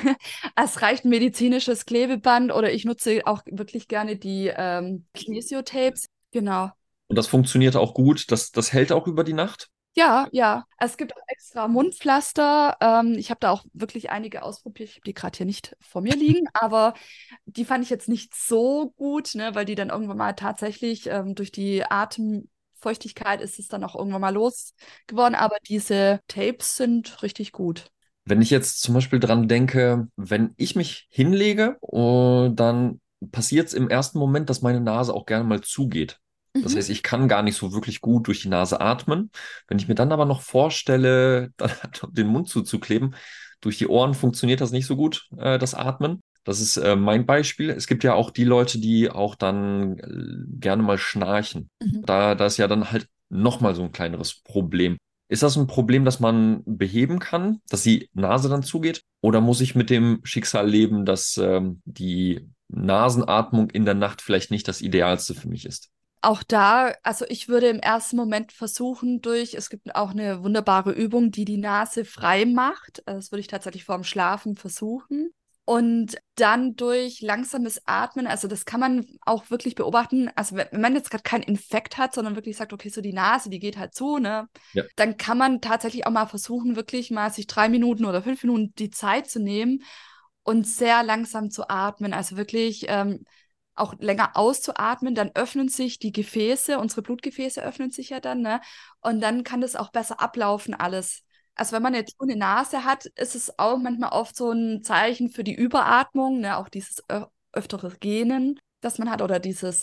Es reicht ein medizinisches Klebeband oder ich nutze auch wirklich gerne die Kinesiotapes. Genau. Und das funktioniert auch gut. Das hält auch über die Nacht. Ja, ja. Es gibt auch extra Mundpflaster. Ich habe da auch wirklich einige ausprobiert. Ich habe die gerade hier nicht vor mir liegen, aber die fand ich jetzt nicht so gut, ne, weil die dann irgendwann mal tatsächlich durch die Atemfeuchtigkeit ist es dann auch irgendwann mal losgeworden. Aber diese Tapes sind richtig gut. Wenn ich jetzt zum Beispiel dran denke, wenn ich mich hinlege, dann passiert es im ersten Moment, dass meine Nase auch gerne mal zugeht. Das Mhm. heißt, ich kann gar nicht so wirklich gut durch die Nase atmen. Wenn ich mir dann aber noch vorstelle, dann den Mund zuzukleben, durch die Ohren funktioniert das nicht so gut, das Atmen. Das ist mein Beispiel. Es gibt ja auch die Leute, die auch dann gerne mal schnarchen. Mhm. Da ist ja dann halt nochmal so ein kleineres Problem. Ist das ein Problem, das man beheben kann, dass die Nase dann zugeht? Oder muss ich mit dem Schicksal leben, dass die Nasenatmung in der Nacht vielleicht nicht das Idealste für mich ist? Auch da, also ich würde im ersten Moment versuchen es gibt auch eine wunderbare Übung, die die Nase frei macht. Das würde ich tatsächlich vorm Schlafen versuchen. Und dann durch langsames Atmen, also das kann man auch wirklich beobachten. Also wenn man jetzt gerade keinen Infekt hat, sondern wirklich sagt, okay, so die Nase, die geht halt zu, ne? Ja. Dann kann man tatsächlich auch mal versuchen, wirklich mal sich 3 Minuten oder 5 Minuten die Zeit zu nehmen und sehr langsam zu atmen. Also wirklich auch länger auszuatmen, dann öffnen sich die Gefäße, unsere Blutgefäße öffnen sich ja dann, ne? Und dann kann das auch besser ablaufen alles. Also wenn man jetzt so eine Nase hat, ist es auch manchmal oft so ein Zeichen für die Überatmung, ne? Auch dieses öftere Gähnen, das man hat, oder dieses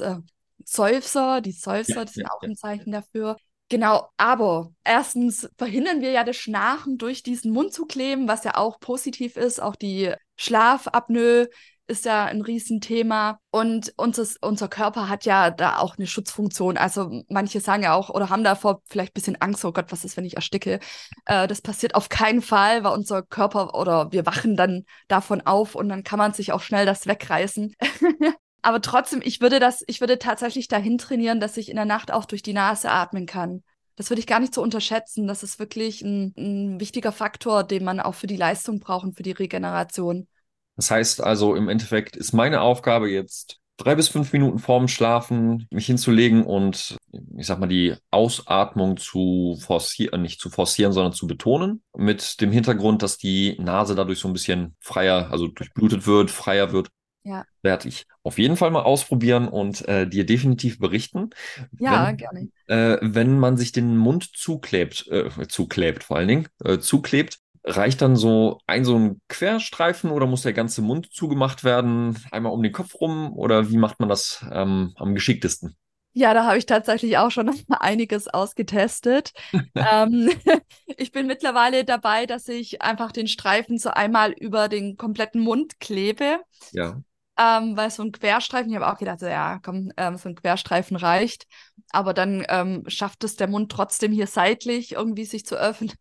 die Ja, Seufzer, die ja, sind auch ja. ein Zeichen dafür. Genau, aber erstens verhindern wir ja das Schnarchen durch diesen Mund zu kleben, was ja auch positiv ist. Auch die Schlafapnoe ist ja ein Riesenthema. Und unser Körper hat ja da auch eine Schutzfunktion. Also manche sagen ja auch oder haben davor vielleicht ein bisschen Angst, oh Gott, was ist, wenn ich ersticke? Das passiert auf keinen Fall, weil unser Körper oder wir wachen dann davon auf und dann kann man sich auch schnell das wegreißen. Aber trotzdem, ich würde tatsächlich dahin trainieren, dass ich in der Nacht auch durch die Nase atmen kann. Das würde ich gar nicht so unterschätzen. Das ist wirklich ein wichtiger Faktor, den man auch für die Leistung braucht und für die Regeneration. Das heißt also, im Endeffekt ist meine Aufgabe jetzt 3 bis 5 Minuten vorm Schlafen mich hinzulegen und ich sag mal, die Ausatmung zu forcieren, nicht zu forcieren, sondern zu betonen. Mit dem Hintergrund, dass die Nase dadurch so ein bisschen freier, also durchblutet wird, freier wird. Ja, Werde ich auf jeden Fall mal ausprobieren und dir definitiv berichten. ja, gerne. Wenn man sich den Mund zuklebt vor allen Dingen, zuklebt, reicht dann so ein Querstreifen oder muss der ganze Mund zugemacht werden, einmal um den Kopf rum oder wie macht man das am geschicktesten? Ja, da habe ich tatsächlich auch schon einiges ausgetestet. Ähm, ich bin mittlerweile dabei, dass ich einfach den Streifen so einmal über den kompletten Mund klebe. Ja. Weil so ein Querstreifen, ich habe auch gedacht, so, ja, komm, so ein Querstreifen reicht. Aber dann schafft es der Mund trotzdem hier seitlich irgendwie sich zu öffnen.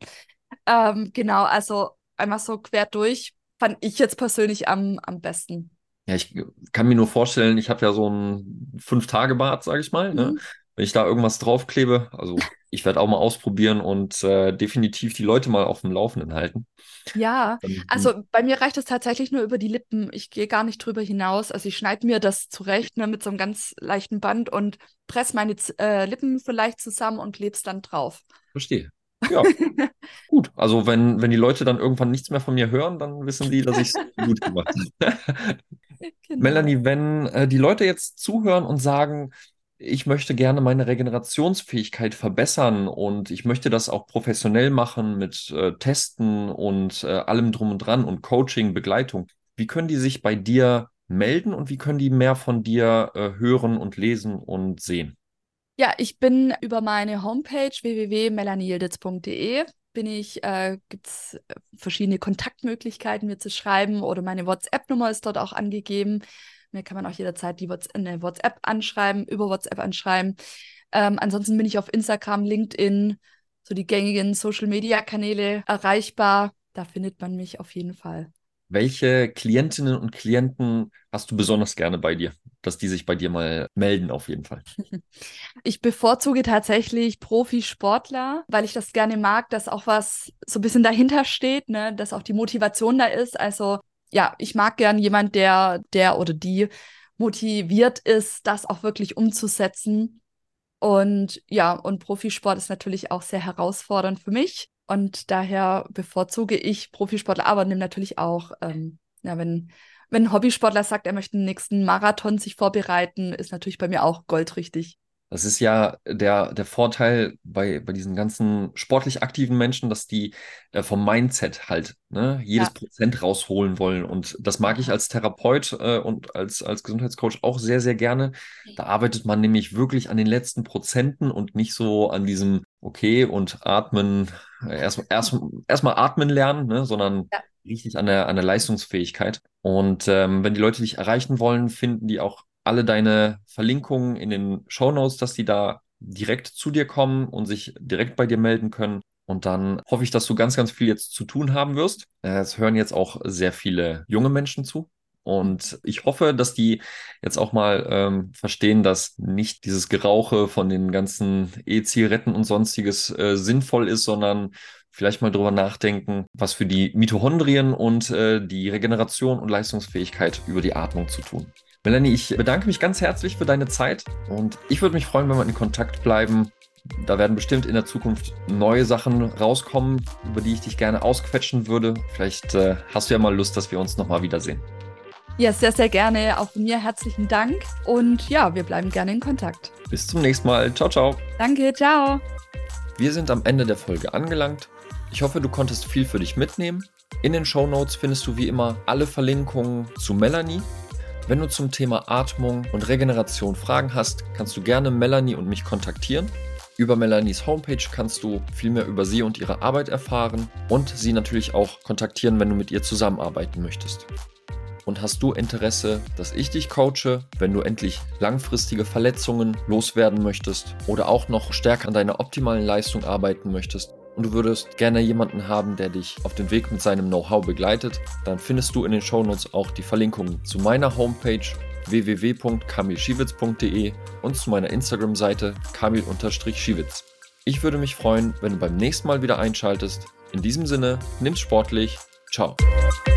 Genau, also einmal so quer durch fand ich jetzt persönlich am besten. Ja, ich kann mir nur vorstellen, ich habe ja so ein 5-Tage-Bart, sage ich mal, ne? Mhm. Wenn ich da irgendwas draufklebe, also ich werde auch mal ausprobieren und definitiv die Leute mal auf dem Laufenden halten. Ja, Dann, also bei mir reicht es tatsächlich nur über die Lippen. Ich gehe gar nicht drüber hinaus. Also ich schneide mir das zurecht, ne, mit so einem ganz leichten Band und presse meine Lippen vielleicht zusammen und klebe es dann drauf. verstehe. Ja, gut. Also wenn die Leute dann irgendwann nichts mehr von mir hören, dann wissen die, dass ich es gut gemacht habe. Genau. Melanie, wenn die Leute jetzt zuhören und sagen, ich möchte gerne meine Regenerationsfähigkeit verbessern und ich möchte das auch professionell machen mit Testen und allem drum und dran und Coaching, Begleitung, wie können die sich bei dir melden und wie können die mehr von dir hören und lesen und sehen? Ja, ich bin über meine Homepage www.melanieyilditz.de gibt's verschiedene Kontaktmöglichkeiten, mir zu schreiben oder meine WhatsApp-Nummer ist dort auch angegeben. Mir kann man auch jederzeit eine WhatsApp anschreiben, über WhatsApp anschreiben. Ansonsten bin ich auf Instagram, LinkedIn, so die gängigen Social-Media-Kanäle erreichbar. Da findet man mich auf jeden Fall. Welche Klientinnen und Klienten hast du besonders gerne bei dir, dass die sich bei dir mal melden, auf jeden Fall? Ich bevorzuge tatsächlich Profisportler, weil ich das gerne mag, dass auch was so ein bisschen dahinter steht, ne, dass auch die Motivation da ist. Also ja, ich mag gern jemand, der oder die motiviert ist, das auch wirklich umzusetzen. Und ja, und Profisport ist natürlich auch sehr herausfordernd für mich. Und daher bevorzuge ich Profisportler, aber nehme natürlich auch, ja, wenn ein Hobbysportler sagt, er möchte den nächsten Marathon sich vorbereiten, ist natürlich bei mir auch goldrichtig. Das ist ja der Vorteil bei diesen ganzen sportlich aktiven Menschen, dass die vom Mindset halt, ne, jedes Ja, Prozent rausholen wollen. Und das mag ich als Therapeut und als Gesundheitscoach auch sehr, sehr gerne. Da arbeitet man nämlich wirklich an den letzten Prozenten und nicht so an diesem okay und atmen, erstmal atmen lernen, ne, sondern ja. richtig an der Leistungsfähigkeit. Und wenn die Leute dich erreichen wollen, finden die auch alle deine Verlinkungen in den Shownotes, dass die da direkt zu dir kommen und sich direkt bei dir melden können. Und dann hoffe ich, dass du ganz, ganz viel jetzt zu tun haben wirst. Es hören jetzt auch sehr viele junge Menschen zu. Und ich hoffe, dass die jetzt auch mal verstehen, dass nicht dieses Gerauche von den ganzen E-Zigaretten und sonstiges sinnvoll ist, sondern vielleicht mal drüber nachdenken, was für die Mitochondrien und die Regeneration und Leistungsfähigkeit über die Atmung zu tun. Melanie, ich bedanke mich ganz herzlich für deine Zeit und ich würde mich freuen, wenn wir in Kontakt bleiben. Da werden bestimmt in der Zukunft neue Sachen rauskommen, über die ich dich gerne ausquetschen würde. Vielleicht hast du ja mal Lust, dass wir uns nochmal wiedersehen. Ja, sehr, sehr gerne. Auch von mir herzlichen Dank. Und ja, wir bleiben gerne in Kontakt. Bis zum nächsten Mal. Ciao, ciao. Danke, ciao. Wir sind am Ende der Folge angelangt. Ich hoffe, du konntest viel für dich mitnehmen. In den Shownotes findest du wie immer alle Verlinkungen zu Melanie. Wenn du zum Thema Atmung und Regeneration Fragen hast, kannst du gerne Melanie und mich kontaktieren. Über Melanies Homepage kannst du viel mehr über sie und ihre Arbeit erfahren und sie natürlich auch kontaktieren, wenn du mit ihr zusammenarbeiten möchtest. Und hast du Interesse, dass ich dich coache, wenn du endlich langfristige Verletzungen loswerden möchtest oder auch noch stärker an deiner optimalen Leistung arbeiten möchtest und du würdest gerne jemanden haben, der dich auf dem Weg mit seinem Know-how begleitet, dann findest du in den Shownotes auch die Verlinkungen zu meiner Homepage www.kamilschiewitz.de und zu meiner Instagram-Seite kamil_schiewitz. Ich würde mich freuen, wenn du beim nächsten Mal wieder einschaltest. In diesem Sinne, nimm's sportlich. Ciao.